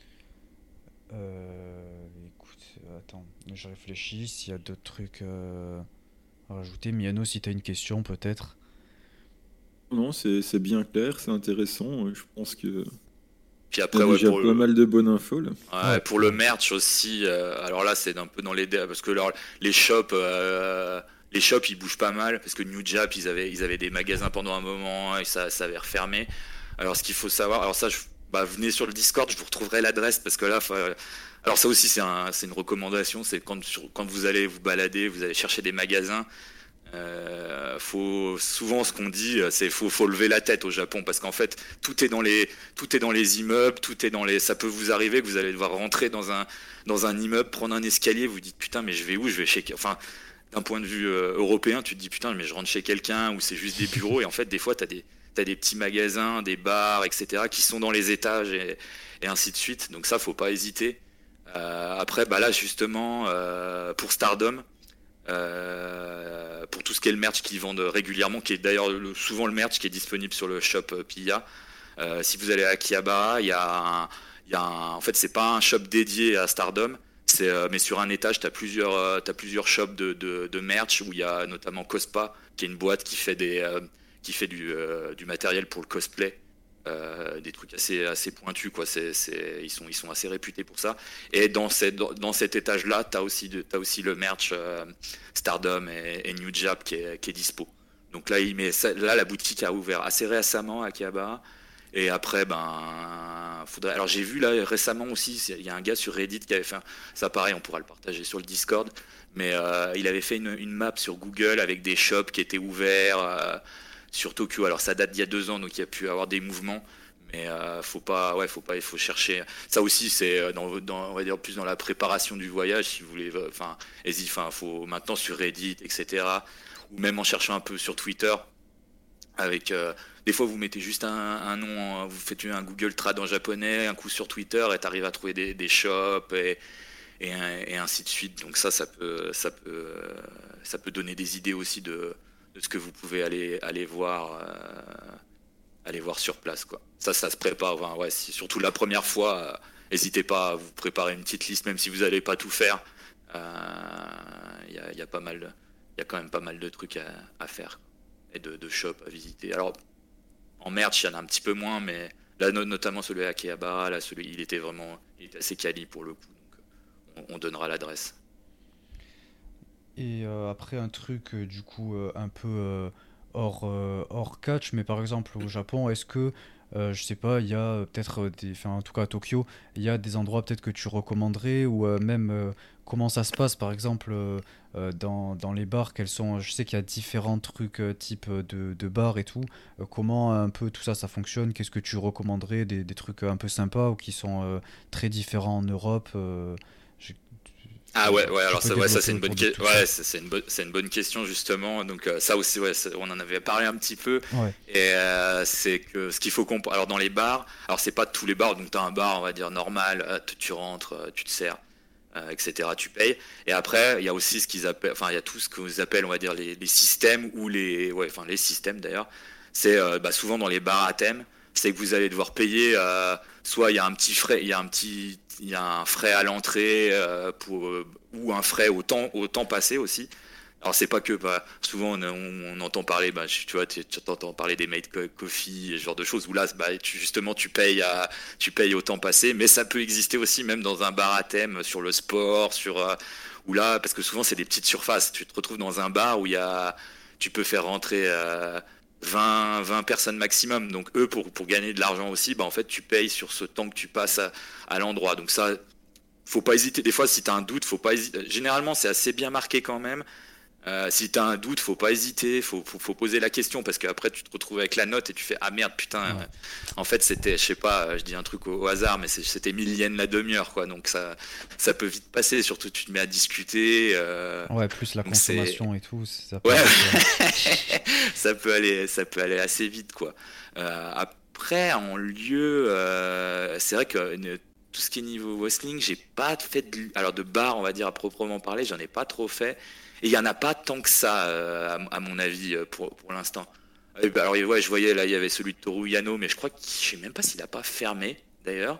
Euh, écoute, attends, je réfléchis s'il y a d'autres trucs euh, à rajouter. Miano, si tu as une question, peut-être. Non, c'est c'est bien clair, c'est intéressant. Je pense que Puis il y après, a ouais, déjà pour pas le, mal de bonnes infos là. ouais, Ouais, pour le ouais. merch aussi. euh, alors là, c'est un peu dans les dé- parce que alors, les shops, euh, les shops, ils bougent pas mal parce que New Jap, ils avaient, ils avaient des magasins pendant un moment et ça, ça avait refermé. Alors, ce qu'il faut savoir, alors ça, je, bah, venez sur le Discord, je vous retrouverai l'adresse parce que là, faut- alors ça aussi, c'est un, c'est une recommandation, c'est quand, sur- quand vous allez vous balader, vous allez chercher des magasins. Euh, faut souvent ce qu'on dit, c'est faut faut lever la tête au Japon parce qu'en fait tout est dans les tout est dans les immeubles, tout est dans les. Ça peut vous arriver que vous allez devoir rentrer dans un dans un immeuble, prendre un escalier, vous dites putain mais je vais où? Je vais chez. Enfin, d'un point de vue euh, européen, tu te dis putain mais je rentre chez quelqu'un ou c'est juste des bureaux et en fait des fois t'as des t'as des petits magasins, des bars, et cetera qui sont dans les étages et, et ainsi de suite. Donc ça faut pas hésiter. Euh, après bah là justement euh, pour Stardom. Euh, pour tout ce qui est le merch qu'ils vendent régulièrement, qui est d'ailleurs le- souvent le merch qui est disponible sur le shop euh, Pilla. Euh, si vous allez à Akihabara, il y a, un, il y a un, en fait c'est pas un shop dédié à Stardom, c'est euh, mais sur un étage t'as plusieurs euh, t'as plusieurs shops de, de, de merch où il y a notamment Cospa qui est une boîte qui fait des euh, qui fait du, euh, du matériel pour le cosplay. Euh, des trucs assez assez pointus, quoi. C'est, c'est, ils sont ils sont assez réputés pour ça. Et dans cette dans, dans cet étage là t'as aussi de, t'as aussi le merch euh, Stardom et, et New Jap qui est, qui est dispo. Donc là il met ça- là la boutique a ouvert assez récemment à Akihabara. Et après ben faudrait, alors j'ai vu là récemment aussi il y a un gars sur Reddit qui avait fait un- ça, pareil on pourra le partager sur le Discord, mais euh, il avait fait une, une map sur Google avec des shops qui étaient ouverts euh, sur Tokyo. Alors ça date d'il y a deux ans, donc il y a pu avoir des mouvements, Mais euh, faut pas, ouais, faut pas, il faut chercher. Ça aussi, c'est dans, dans, on va dire plus dans la préparation du voyage, si vous voulez. Enfin, hésite, enfin, faut maintenant sur Reddit, et cetera. Ou même en cherchant un peu sur Twitter. Avec, euh, des fois, vous mettez juste un, un nom, vous faites un Google Trad en japonais, un coup sur Twitter, et t'arrives à trouver des, des shops et, et, et ainsi de suite. Donc ça, ça peut, ça peut, ça peut donner des idées aussi de, de ce que vous pouvez aller, aller voir. Euh, aller voir sur place quoi. Ça ça se prépare enfin, ouais, si, surtout la première fois n'hésitez euh, pas à vous préparer une petite liste même si vous n'allez pas tout faire. Il euh, y, a, y a pas mal il y a quand même pas mal de trucs à, à faire et de, de shops à visiter. Alors en merch il y en a un petit peu moins mais là no, notamment celui à Akihabara là celui il était vraiment il était assez quali pour le coup donc on, on donnera l'adresse. Et euh, après un truc euh, du coup euh, un peu euh, hors, euh, hors catch, mais par exemple au Japon, est-ce que, euh, je sais pas, il y a euh, peut-être euh, des, enfin en tout cas à Tokyo, il y a des endroits peut-être que tu recommanderais ou euh, même euh, comment ça se passe par exemple euh, euh, dans, dans les bars, quels sont, je sais qu'il y a différents trucs euh, type euh, de, de bars et tout, euh, comment un peu tout ça ça fonctionne, qu'est-ce que tu recommanderais, des, des trucs un peu sympas ou qui sont euh, très différents en Europe, euh, j'ai- Ah ouais, ouais, tu alors peux ça, ouais, ça c'est développer une bonne, autour de que- tout ça. ouais, c'est c'est une bonne, c'est une bonne question justement. Donc euh, ça aussi, ouais, c'est- on en avait parlé un petit peu. Ouais. Et euh, c'est que ce qu'il faut comprendre. Alors dans les bars, alors c'est pas tous les bars. Donc t'as un bar, on va dire normal, euh, tu tu rentres, euh, tu te sers, euh, et cetera. Tu payes. Et après, il y a aussi ce qu'ils appellent, enfin il y a tout ce qu'ils appellent, on va dire les, les systèmes ou les, ouais, enfin les systèmes d'ailleurs. C'est euh, bah, souvent dans les bars à thème, c'est que vous allez devoir payer. Euh, soit il y a un petit frais, il y a un petit, il y a un frais à l'entrée euh, pour euh, ou un frais au temps, au temps passé aussi. Alors c'est pas que bah, souvent on, on, on entend parler, bah, tu vois, tu tu entends parler des made co- coffee, ce genre de choses où là, bah, tu, justement, tu payes à, tu payes au temps passé, mais ça peut exister aussi même dans un bar à thème sur le sport, sur euh, où là, parce que souvent c'est des petites surfaces. Tu te retrouves dans un bar où il y a, tu peux faire rentrer euh, vingt, vingt personnes maximum. Donc eux, pour pour gagner de l'argent aussi, bah en fait, tu payes sur ce temps que tu passes à, à l'endroit. Donc ça, faut pas hésiter. Des fois, si tu as un doute, faut pas hésiter. Généralement, c'est assez bien marqué quand même. Euh, si tu as un doute, faut pas hésiter, faut, faut, faut poser la question parce qu'après tu te retrouves avec la note et tu fais ah merde putain. Ouais. euh, En fait, c'était, je sais pas, euh, je dis un truc au, au hasard, mais c'est- c'était mille yens la demi-heure quoi. Donc ça, ça peut vite passer. Surtout tu te mets à discuter. euh, Ouais, plus la donc c'est consommation et tout, ça peut ouais, vite. euh, ça peut aller, ça peut aller assez vite quoi. Euh, après en lieu, euh, c'est vrai que euh, tout ce qui est niveau wrestling, j'ai pas fait de, alors de bar, on va dire à proprement parler, j'en ai pas trop fait. Et il y en a pas tant que ça, euh, à, à mon avis, euh, pour pour l'instant. Et bah, alors ouais, je voyais là, il y avait celui de Toru Yano, mais je crois que je sais même pas s'il a pas fermé d'ailleurs.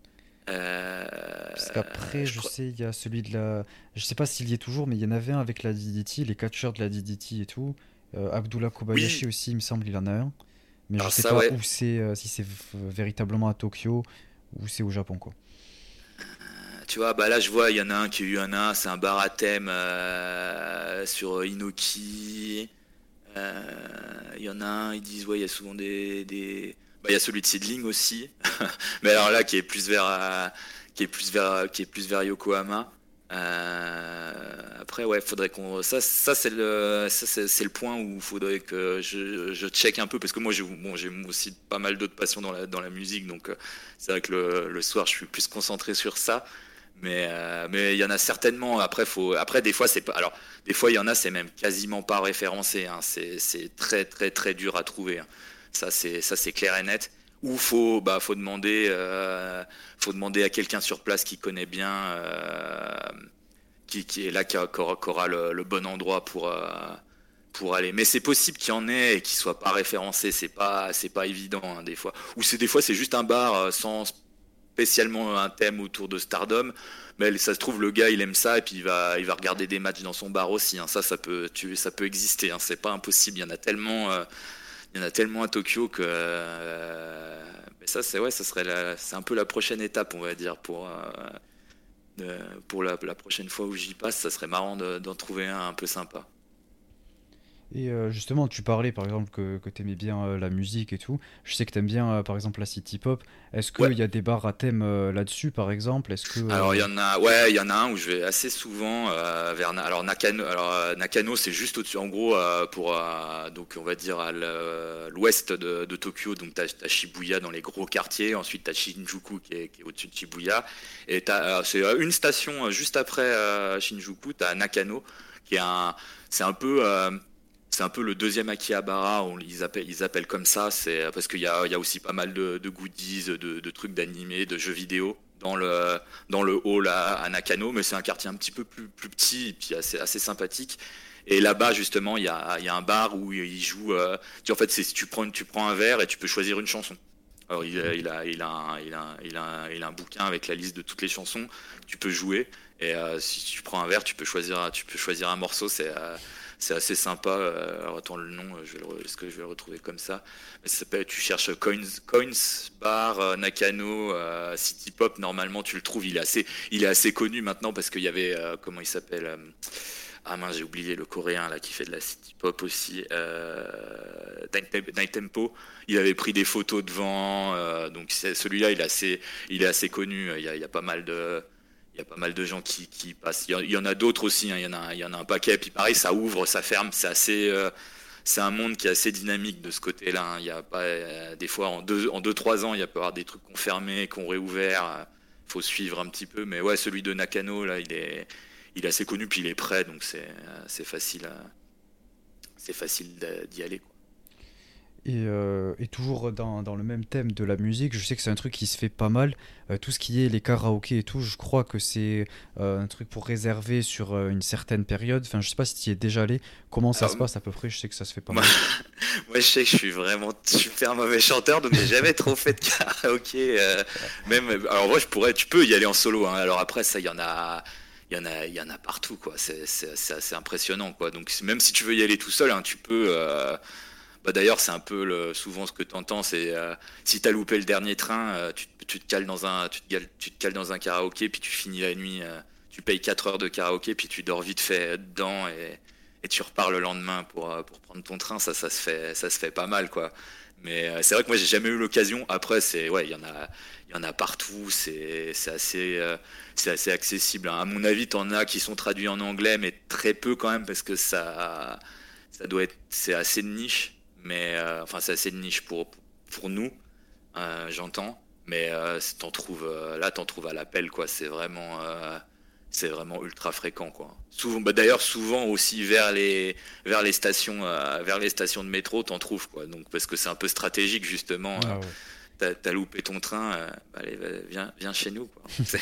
Euh, Parce qu'après, je je crois. sais, il y a celui de la. Je sais pas s'il y est toujours, mais il y en avait un avec la D D T, les catcheurs de la D D T et tout. Euh, Abdullah Oui, Kobayashi aussi, il me semble, il en a un. Mais je alors sais ça pas ouais. où c'est, euh, si c'est v- véritablement à Tokyo ou c'est au Japon, quoi. Tu vois, bah là je vois, il y en a un qui a eu un un, c'est un bar à thème euh, sur Inoki. Euh, Il y en a un, ils disent, ouais, il y a souvent des, des... Bah, il y a celui de Seedling aussi, mais alors là qui est plus vers, euh, qui est plus vers, qui est plus vers Yokohama. Euh, après, ouais, faudrait qu'on, ça, ça c'est le, ça c'est c'est le point où il faudrait que je, je check un peu parce que moi j'ai, bon, j'ai aussi pas mal d'autres passions dans la, dans la musique, donc euh, c'est vrai que le, le soir je suis plus concentré sur ça. Mais euh, mais il y en a certainement. Après, faut, après des fois c'est pas. Alors des fois il y en a, c'est même quasiment pas référencé. Hein. C'est c'est très très très dur à trouver. Hein. Ça c'est ça c'est clair et net. Ou faut bah faut demander euh, faut demander à quelqu'un sur place qui connaît bien, euh, qui qui est là qui, a- qui aura, qui aura le, le bon endroit pour euh, pour aller. Mais c'est possible qu'il y en ait et qu'il soit pas référencé. C'est pas c'est pas évident hein, des fois. Ou c'est des fois c'est juste un bar euh, sans spécialement un thème autour de Stardom, mais ça se trouve le gars il aime ça et puis il va il va regarder des matchs dans son bar aussi. Hein. Ça ça peut tu, ça peut exister. Hein. C'est pas impossible. Il y en a tellement euh, il y en a tellement à Tokyo que euh, mais ça c'est ouais ça serait la, c'est un peu la prochaine étape on va dire pour euh, de- pour la, la prochaine fois où j'y passe. Ça serait marrant de- d'en trouver un un peu sympa. Et euh, justement, tu parlais par exemple que, que tu aimais bien euh, la musique et tout. Je sais que tu aimes bien euh, par exemple la city pop. Est-ce Ouais. qu'il y a des bars à thème euh, là-dessus par exemple? Est-ce que. Alors il euh, y en a, ouais, il y en a un où je vais assez souvent euh, vers Na- alors Nakano. Alors euh, Nakano, c'est juste au-dessus, en gros, euh, pour euh, donc on va dire à l'e- l'ouest de, de Tokyo. Donc t'as, t'as Shibuya dans les gros quartiers. Ensuite t'as Shinjuku qui est, qui est au-dessus de Shibuya. Et t'as, euh, c'est euh, une station euh, juste après euh, Shinjuku. T'as Nakano qui est un, c'est un peu euh, c'est un peu le deuxième Akihabara, on, ils appellent, ils appellent comme ça, c'est parce qu'il y a, il y a aussi pas mal de, de goodies, de, de trucs d'animés, de jeux vidéo dans le, dans le hall à, à Nakano, mais c'est un quartier un petit peu plus, plus petit et puis assez, assez sympathique. Et là-bas, justement, il y a, il y a un bar où ils jouent. Euh, tu, en fait, c'est, tu prends, tu prends un verre et tu peux choisir une chanson. Alors, il, a- il, a, il, a un, il, a, un- il, a un, il a un bouquin avec la liste de toutes les chansons. Tu peux jouer. Et euh, si tu prends un verre, tu peux choisir, tu peux choisir un morceau. C'est euh, c'est assez sympa. Euh, alors, attends le nom, euh, je vais le, re- est-ce que je vais le retrouver comme ça? Mais ça s'appelle, tu cherches Coins, Coins Bar euh, Nakano euh, City Pop. Normalement, tu le trouves. Il est assez, il est assez connu maintenant parce qu'il y avait, euh, comment il s'appelle euh, ah mince, j'ai oublié le coréen là qui fait de la city pop aussi. Euh, Night Tem- Night Tempo. Il avait pris des photos devant. Euh, donc c'est- celui-là, il est assez, il est assez connu. Il y a, il y a pas mal de, il y a pas mal de gens qui, qui passent. Il y en, il y en a d'autres aussi. Hein. Il y en a, il y en a un paquet. Puis pareil, ça ouvre, ça ferme. C'est assez, euh, c'est un monde qui est assez dynamique de ce côté-là. Hein. Il y a pas, euh, des fois en deux, en deux, trois ans, il y a peut y avoir des trucs qu'on fermé, qu'on réouvert. Euh, faut suivre un petit peu. Mais ouais, celui de Nakano là, il est il est assez connu puis il est prêt donc c'est euh, c'est facile à- c'est facile d'a- d'y aller quoi. Et, euh, et toujours dans, dans le même thème de la musique, je sais que c'est un truc qui se fait pas mal. Euh, tout ce qui est les karaokés et tout, je crois que c'est euh, un truc pour réserver sur euh, une certaine période. Enfin, je sais pas si tu y es déjà allé. Comment ça Alors se passe à peu près? Je sais que ça se fait pas moi, mal. moi je sais que je suis vraiment super mauvais chanteur donc j'ai jamais trop fait de karaoké euh, même alors moi je pourrais tu peux y aller en solo hein. Alors après ça il y en a il y en a il y en a partout quoi c'est c'est c'est assez impressionnant quoi donc même si tu veux y aller tout seul hein, tu peux euh, bah d'ailleurs, c'est un peu le, souvent ce que tu entends, c'est euh, si t'as loupé le dernier train, euh, tu, tu te cales dans un, tu te, cales- tu te cales dans un karaoké, puis tu finis la nuit, euh, tu payes quatre heures de karaoké, puis tu dors vite fait dedans et, et tu repars le lendemain pour, euh, pour prendre ton train. Ça, ça se fait, ça se fait pas mal, quoi. Mais euh, c'est vrai que moi, j'ai jamais eu l'occasion. Après, c'est, ouais, il y en a, il y en a partout. C'est, c'est assez, euh, c'est assez accessible. Hein. À mon avis, t'en as qui sont traduits en anglais, mais très peu quand même, parce que ça, ça doit être, c'est assez de niche mais euh, enfin c'est assez de niche pour pour nous euh, j'entends mais euh, si t'en trouves euh, là t'en trouves à l'appel quoi c'est vraiment euh, c'est vraiment ultra fréquent quoi souvent bah, d'ailleurs souvent aussi vers les vers les stations euh, vers les stations de métro t'en trouves quoi donc parce que c'est un peu stratégique justement euh, Ah ouais. t'as, t'as loupé ton train euh, bah, allez va- viens viens chez nous quoi C'est-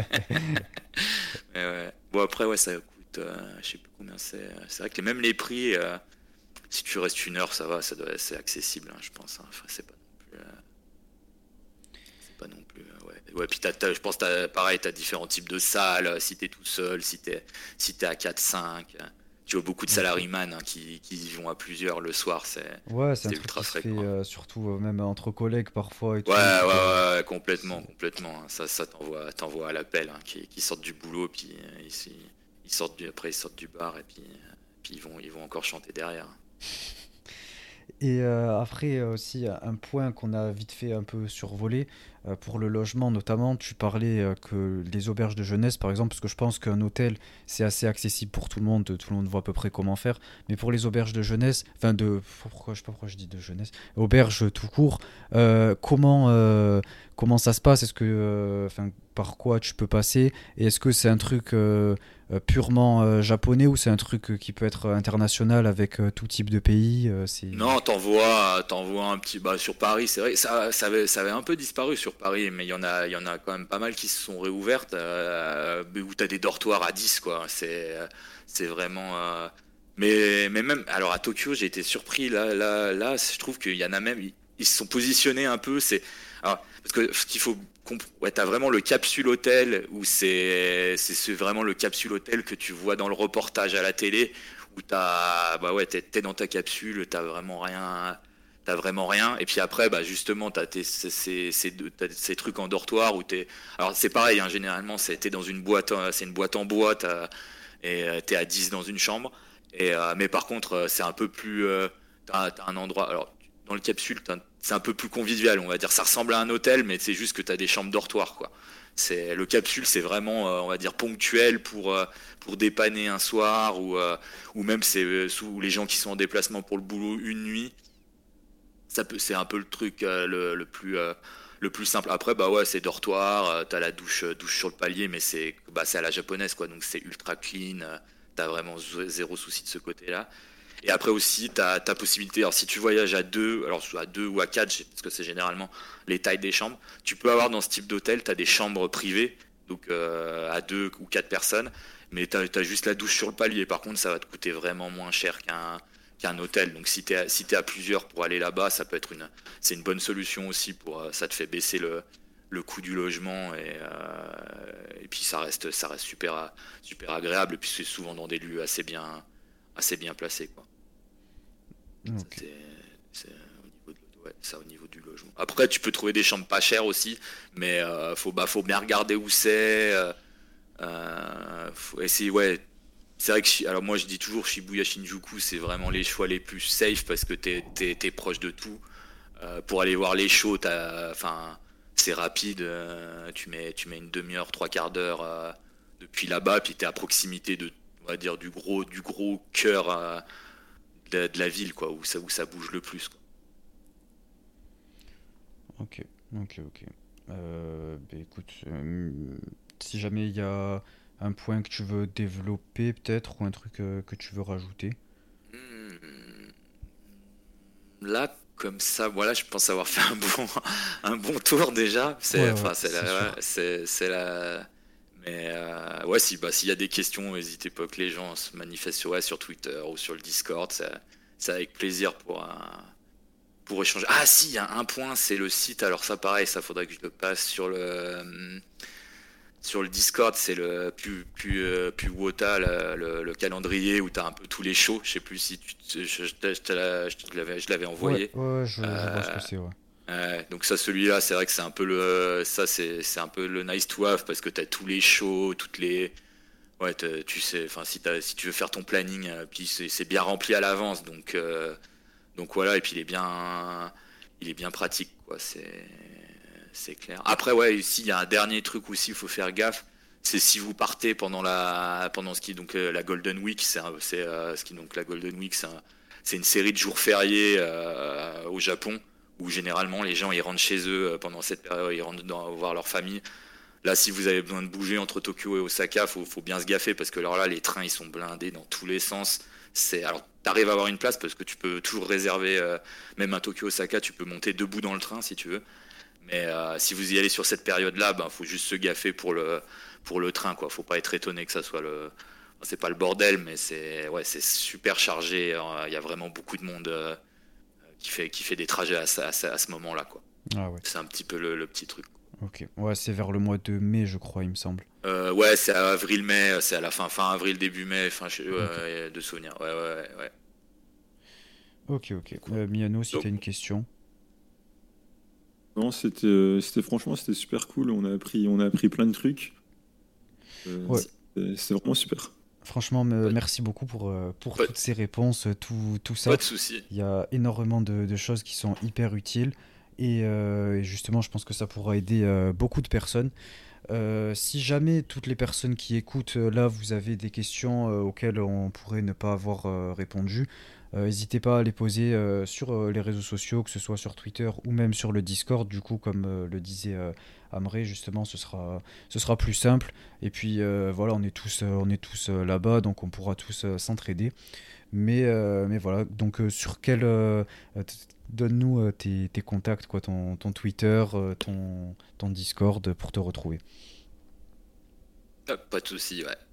mais ouais. Bon après ouais ça coûte euh, je sais plus combien c'est c'est vrai que même les prix euh, si tu restes une heure, ça va, ça doit, c'est accessible, hein, je pense. Hein. Enfin, c'est pas non plus, euh, c'est pas non plus, euh, ouais. Ouais, puis t'as, t'as- je pense, t'as, pareil, t'as différents types de salles. euh, Si t'es tout seul, si t'es, si t'es à quatre cinq. euh, Tu vois beaucoup de Ok. salaryman hein, qui, qui y vont à plusieurs le soir. C'est, Ouais, c'est un c'est truc ultra qui se fait fréquent. Hein. euh, surtout euh, même entre collègues parfois et Ouais, tout. ouais, Donc, euh, ouais, ouais, c'est- complètement, complètement. Hein. Ça, ça t'envoie, t'envoie à l'appel, hein, qui, qui sortent du boulot, puis euh, ils, ils sortent du, après ils sortent du bar et puis, euh, puis ils vont, ils vont encore chanter derrière. Et euh, après euh, aussi un point qu'on a vite fait un peu survoler euh, pour le logement notamment, tu parlais euh, que les auberges de jeunesse par exemple, parce que je pense qu'un hôtel c'est assez accessible pour tout le monde, tout le monde voit à peu près comment faire, mais pour les auberges de jeunesse, enfin de, pourquoi, je sais pas pourquoi je dis de jeunesse, auberges tout court, euh, comment, euh, comment ça se passe, est-ce que, euh, enfin par quoi tu peux passer, et est-ce que c'est un truc euh, euh, purement euh, japonais ou c'est un truc euh, qui peut être international avec euh, tout type de pays, euh, c'est... Non, t'envoies, t'envoies un petit, bah, sur Paris, c'est vrai, ça, ça avait, ça avait un peu disparu sur Paris, mais il y en a, il y en a quand même pas mal qui se sont réouvertes, euh, où t'as des dortoirs à dix quoi. C'est, c'est vraiment, euh, mais, mais même, alors à Tokyo, j'ai été surpris, là, là, là, je trouve qu'il y en a même, ils, ils se sont positionnés un peu, c'est, alors, parce que ce qu'il faut comp- ouais, t'as vraiment le capsule hôtel où c'est, c'est c'est vraiment le capsule hôtel que tu vois dans le reportage à la télé où t'as, bah ouais, t'es, t'es dans ta capsule, t'as vraiment rien, t'as vraiment rien. Et puis après, bah justement, t'as tes, ces, ces, ces, deux- t'as ces trucs en dortoir où t'es, alors c'est pareil, hein, généralement, c'est, t'es dans une boîte, euh, c'est une boîte en bois, t'as- et euh, t'es à dix dans une chambre. Et, euh, mais par contre, euh, c'est un peu plus. Euh, t'as, t'as un endroit. Alors, dans le capsule, t'as- c'est un peu plus convivial, on va dire. Ça ressemble à un hôtel, mais c'est juste que t'as des chambres dortoirs, quoi. C'est, le capsule, c'est vraiment, euh, on va dire, ponctuel pour, euh, pour dépanner un soir, ou, euh, ou même c'est euh, sous les gens qui sont en déplacement pour le boulot une nuit. Ça peut, c'est un peu le truc euh, le, le plus. Euh, le plus simple. Après, bah ouais, c'est dortoir, euh, t'as la douche, euh, douche sur le palier, mais c'est bah, c'est à la japonaise, quoi. Donc c'est ultra clean, euh, t'as vraiment z- zéro souci de ce côté-là. Et après aussi, t'as ta possibilité, alors si tu voyages à deux, alors soit à deux ou à quatre, je- parce que c'est généralement les tailles des chambres, tu peux avoir dans ce type d'hôtel, t'as des chambres privées, donc euh, à deux ou quatre personnes, mais t'as, t'as juste la douche sur le palier. Par contre, ça va te coûter vraiment moins cher qu'un qu'un hôtel. Donc si t'es à, si t'es à plusieurs pour aller là-bas, ça peut être une, c'est une bonne solution aussi pour, euh, ça te fait baisser le le coût du logement et, euh, et puis ça reste ça reste super super agréable et puis c'est souvent dans des lieux assez bien assez bien placés, quoi. Ça, Ok. c'est- c'est au niveau de- ouais, ça, au niveau du logement. Après, tu peux trouver des chambres pas chères aussi, mais euh, faut, bah, faut bien regarder où c'est. Euh, euh, faut essayer, ouais. C'est vrai que, Shi- alors moi je dis toujours Shibuya Shinjuku, c'est vraiment les choix les plus safe parce que t'es, t'es, t'es proche de tout. Euh, pour aller voir les shows, t'as, enfin, c'est rapide. Euh, tu mets, tu mets une demi-heure, trois quarts d'heure euh, depuis là-bas, puis t'es à proximité de, on va dire, du gros, du gros cœur. Euh, de, de la ville, quoi, où ça, où ça bouge le plus, quoi. Ok, ok, ok. Euh, bah, écoute, euh, si jamais il y a un point que tu veux développer peut-être ou un truc euh, que tu veux rajouter. Hmm. Là, comme ça, voilà, je pense avoir fait un bon, un bon tour déjà. C'est, Ouais, ouais, enfin, c'est c'est la, ouais, sûr. c'est, c'est la. Mais euh, ouais, si, bah, s'il y a des questions, n'hésitez pas que les gens se manifestent sur, ouais, sur Twitter ou sur le Discord. Ça, ça avec plaisir pour, euh, pour échanger. Ah, si, il y a un point, c'est le site. Alors ça, pareil, ça faudrait que je le passe sur le. hum, Sur le Discord, c'est le plus plus euh, plus Wota, le, le- le calendrier où tu as un peu tous les shows. Je sais plus si tu, te- je, je te- je te l'a- je te l'avais je l'avais Ouais, envoyé. ouais, ouais, je, je vois ce que Euh, c'est, ouais. euh, donc ça, celui-là, c'est vrai que c'est un peu le ça c'est c'est un peu le nice to have parce que tu as tous les shows, toutes les ouais, t'as- tu sais, enfin si t'as- si tu veux faire ton planning, euh, puis c'est c'est bien rempli à l'avance, donc euh, donc voilà, et puis il est bien il est bien pratique, quoi. C'est c'est clair. Après, ouais, ici, il y a un dernier truc aussi, il faut faire gaffe. C'est si vous partez pendant la, pendant ce qui est donc euh, la Golden Week, c'est, un- c'est euh, ce qui est donc la Golden Week, c'est, un- c'est une série de jours fériés euh, au Japon où généralement les gens ils rentrent chez eux euh, pendant cette période, ils rentrent dans, voir leur famille. Là, si vous avez besoin de bouger entre Tokyo et Osaka, faut, faut bien se gaffer parce que alors là, les trains ils sont blindés dans tous les sens. C'est alors t'arrives à avoir une place parce que tu peux toujours réserver, euh, même à Tokyo Osaka, tu peux monter debout dans le train si tu veux. Mais euh, si vous y allez sur cette période-là, ben faut juste se gaffer pour le pour le train, quoi. Faut pas être étonné que ça soit le c'est pas le bordel, mais c'est ouais, c'est super chargé. Il y a vraiment beaucoup de monde euh, qui fait qui fait des trajets à, ça- à, ça- à ce moment-là, quoi. Ah ouais, C'est un petit peu le, le petit truc. ok. Ouais, c'est vers le mois de mai, je crois, il me semble. Euh, ouais, c'est à avril-mai, c'est à la fin fin avril début mai, fin je- Ok, ouais, de souvenirs. Ouais, ouais, ouais, ouais. ok, ok. Cool. Euh, Miano, si Donc, t'as une question. Non, c'était, euh, c'était franchement, c'était super cool. On a appris, on a appris plein de trucs. Euh, Ouais, c'était c'était vraiment super. franchement, me- pas, merci beaucoup pour, euh, pour pas, toutes ces réponses, euh, tout, tout pas ça. de souci. Il y a énormément de, de choses qui sont hyper utiles. Et, euh, et justement, je pense que ça pourra aider euh, beaucoup de personnes. Euh, si jamais toutes les personnes qui écoutent euh, là, vous avez des questions euh, auxquelles on pourrait ne pas avoir euh, répondu, euh, n'hésitez pas à les poser euh, sur euh, les réseaux sociaux, que ce soit sur Twitter ou même sur le Discord. Du coup, comme euh, le disait euh, Amré, justement, ce sera, ce sera plus simple. Et puis euh, voilà, on est tous, euh, on est tous euh, là-bas, donc on pourra tous euh, s'entraider. Mais, euh, mais voilà, donc euh, sur quel... euh, euh, t- donne-nous euh, tes, tes contacts, quoi, ton, ton Twitter, euh, ton, ton Discord pour te retrouver. Ah, pas de souci, ouais.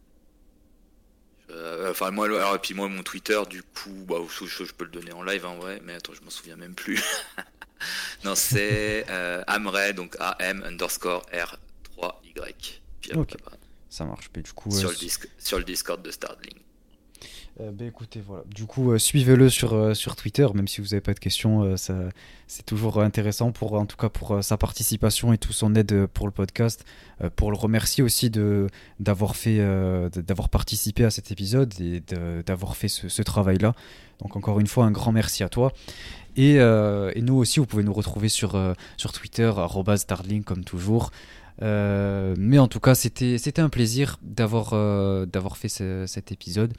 Euh, enfin moi, le- alors, et puis moi mon Twitter du coup, bah, je, je- je peux le donner en live en vrai, mais attends, je m'en souviens même plus. Non, c'est euh, Amray, donc A M underscore R trois Y. Puis Ok, après, bah, ça marche. Mais du coup, euh, sur le s- disc, sur le Discord de Starling. Euh, bah écoutez, voilà. Du coup, euh, suivez-le sur, euh, sur Twitter, même si vous n'avez pas de questions, euh, ça, c'est toujours intéressant pour, en tout cas pour euh, sa participation et tout son aide euh, pour le podcast. Euh, pour le remercier aussi de, d'avoir fait, euh, de- d'avoir participé à cet épisode et de- d'avoir fait ce, ce travail-là. Donc encore une fois, un grand merci à toi. Et, euh, et nous aussi, vous pouvez nous retrouver sur, euh, sur Twitter, arobase darling comme toujours. Euh, mais en tout cas, c'était, c'était un plaisir d'avoir, euh, d'avoir fait ce- cet épisode.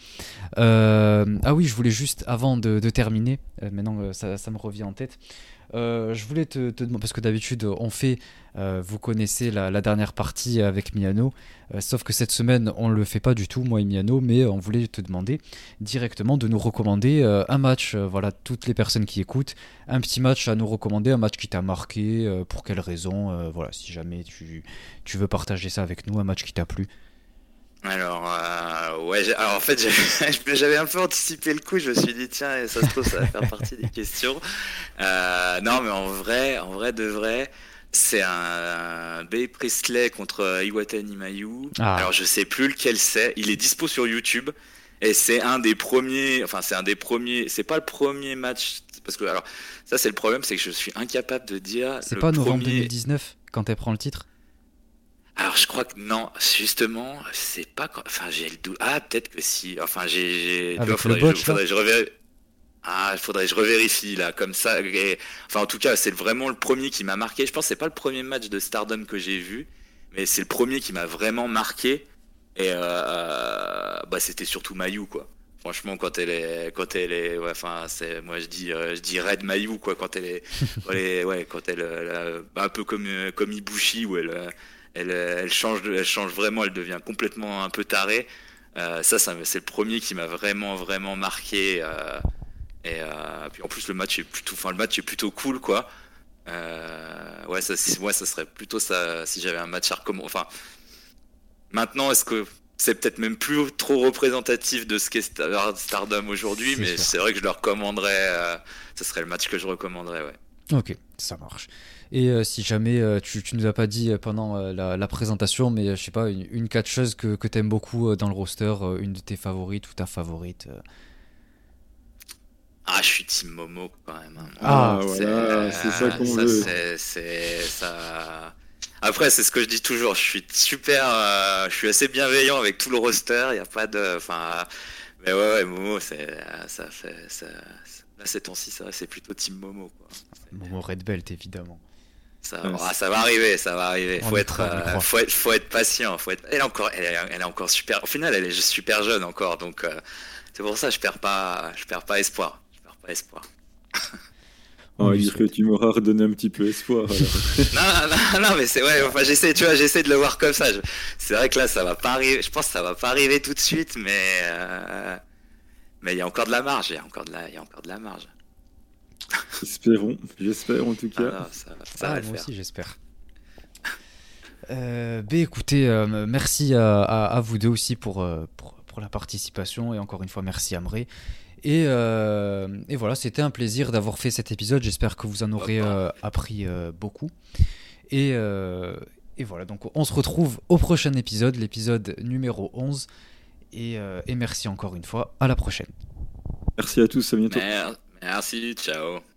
Euh, ah oui, je voulais juste, avant de, de terminer, euh, maintenant euh, ça, ça me revient en tête, euh, je voulais te, te demander, parce que d'habitude on fait, euh, vous connaissez la, la dernière partie avec Miano, euh, sauf que cette semaine on le fait pas du tout, moi et Miano, mais on voulait te demander directement de nous recommander euh, un match, euh, voilà, toutes les personnes qui écoutent, un petit match à nous recommander, un match qui t'a marqué, euh, pour quelle raison, euh, voilà, si jamais tu, tu veux partager ça avec nous, un match qui t'a plu. Alors, euh, ouais, j'ai- alors en fait, j'avais j'avais un peu anticipé le coup. Je me suis dit, tiens, ça se trouve, ça va faire partie des questions. Euh, non, mais en vrai, en vrai de vrai, c'est un Bay Priestley contre Iwatani Mayu. Ah, Alors, je sais plus lequel c'est. Il est dispo sur YouTube et c'est un des premiers. Enfin, c'est un des premiers. C'est pas le premier match parce que alors ça, c'est le problème, c'est que je suis incapable de dire c'est le pas novembre premier. deux mille dix-neuf quand elle prend le titre? Alors je crois que non, justement, c'est pas quand... Enfin j'ai le doute. Ah peut-être que si. Enfin j'ai... j'ai- tu vois, Avec le faudrait, botch, je, là? faudrait que je revérifie. Ah, faudrait que je revérifie là, comme ça. Et- Enfin en tout cas c'est vraiment le premier qui m'a marqué. Je pense que c'est pas le premier match de Stardom que j'ai vu, mais c'est le premier qui m'a vraiment marqué. Et euh, bah c'était surtout Mayu quoi. Franchement quand elle est, quand elle est, ouais, enfin c'est, moi je dis, euh, je dis Red Mayu quoi quand elle est, elle est- ouais, quand elle, euh, elle, bah, un peu comme euh, comme Ibushi où elle, euh, elle, euh, elle change, de- elle change vraiment, elle devient complètement un peu tarée. Euh, ça, ça me- c'est le premier qui m'a vraiment vraiment marqué. euh, et euh, puis en plus le match est plutôt, enfin le match est plutôt cool quoi. Euh, ouais, ça, c'est- ouais, ça serait plutôt ça si j'avais un match à recommander. Enfin, maintenant, est-ce que c'est peut-être même plus trop représentatif de ce qu'est Star- Stardom aujourd'hui, C'est mais sûr. c'est vrai que je le recommanderais. Euh, ce serait le match que je recommanderais, ouais. Ok, ça marche. Et euh, si jamais euh, tu, tu nous as pas dit euh, pendant euh, la, la présentation, mais euh, je sais pas, une, une catcheuse que, que t'aimes beaucoup euh, dans le roster, euh, une de tes favorites ou ta favorite. euh. Ah, je suis Team Momo quand même, hein. Ah, Ah, C'est voilà, c'est ça qu'on ça, veut. c'est c'est- ça. Après, c'est ce que je dis toujours. Je suis super, euh, je suis assez bienveillant avec tout le roster. Il y a pas de, enfin, mais ouais, ouais, Momo, c'est ça fait ça. Là, ces temps-ci, c'est vrai, c'est plutôt Team Momo, quoi. Bon, Red Belt évidemment. Ça, Ouais, ah, ça va arriver, ça va arriver. On Faut y être, croit, on y euh, croit. faut être, faut être patient. Faut être. Elle est encore, elle est, elle est encore super. Au final, elle est juste super jeune encore, donc euh, c'est pour ça que je perds pas, je perds pas espoir. Je perds pas espoir. On On va lui dire que souhaite. tu m'auras redonné un petit peu espoir. Alors. Non, non, non, mais c'est ouais. Enfin, j'essaie, tu vois, j'essaie de le voir comme ça. Je- C'est vrai que là, ça va pas arriver. Je pense que ça va pas arriver tout de suite, mais euh, mais il y a encore de la marge. Il y a encore de la, il y a encore de la marge. Espérons, j'espère en tout Ah, cas. non, ça, ça Ah, va le moi faire. aussi j'espère. Euh, ben écoutez, euh, merci à, à- à vous deux aussi pour, euh, pour, pour la participation et encore une fois merci Amré. Et, euh, et voilà, c'était un plaisir d'avoir fait cet épisode. J'espère que vous en aurez euh, appris euh, beaucoup. Et, euh, et voilà, donc on se retrouve au prochain épisode, l'épisode numéro onze. Et, euh, et merci encore une fois. À la prochaine. Merci à tous, à bientôt. Mer- Merci, ciao.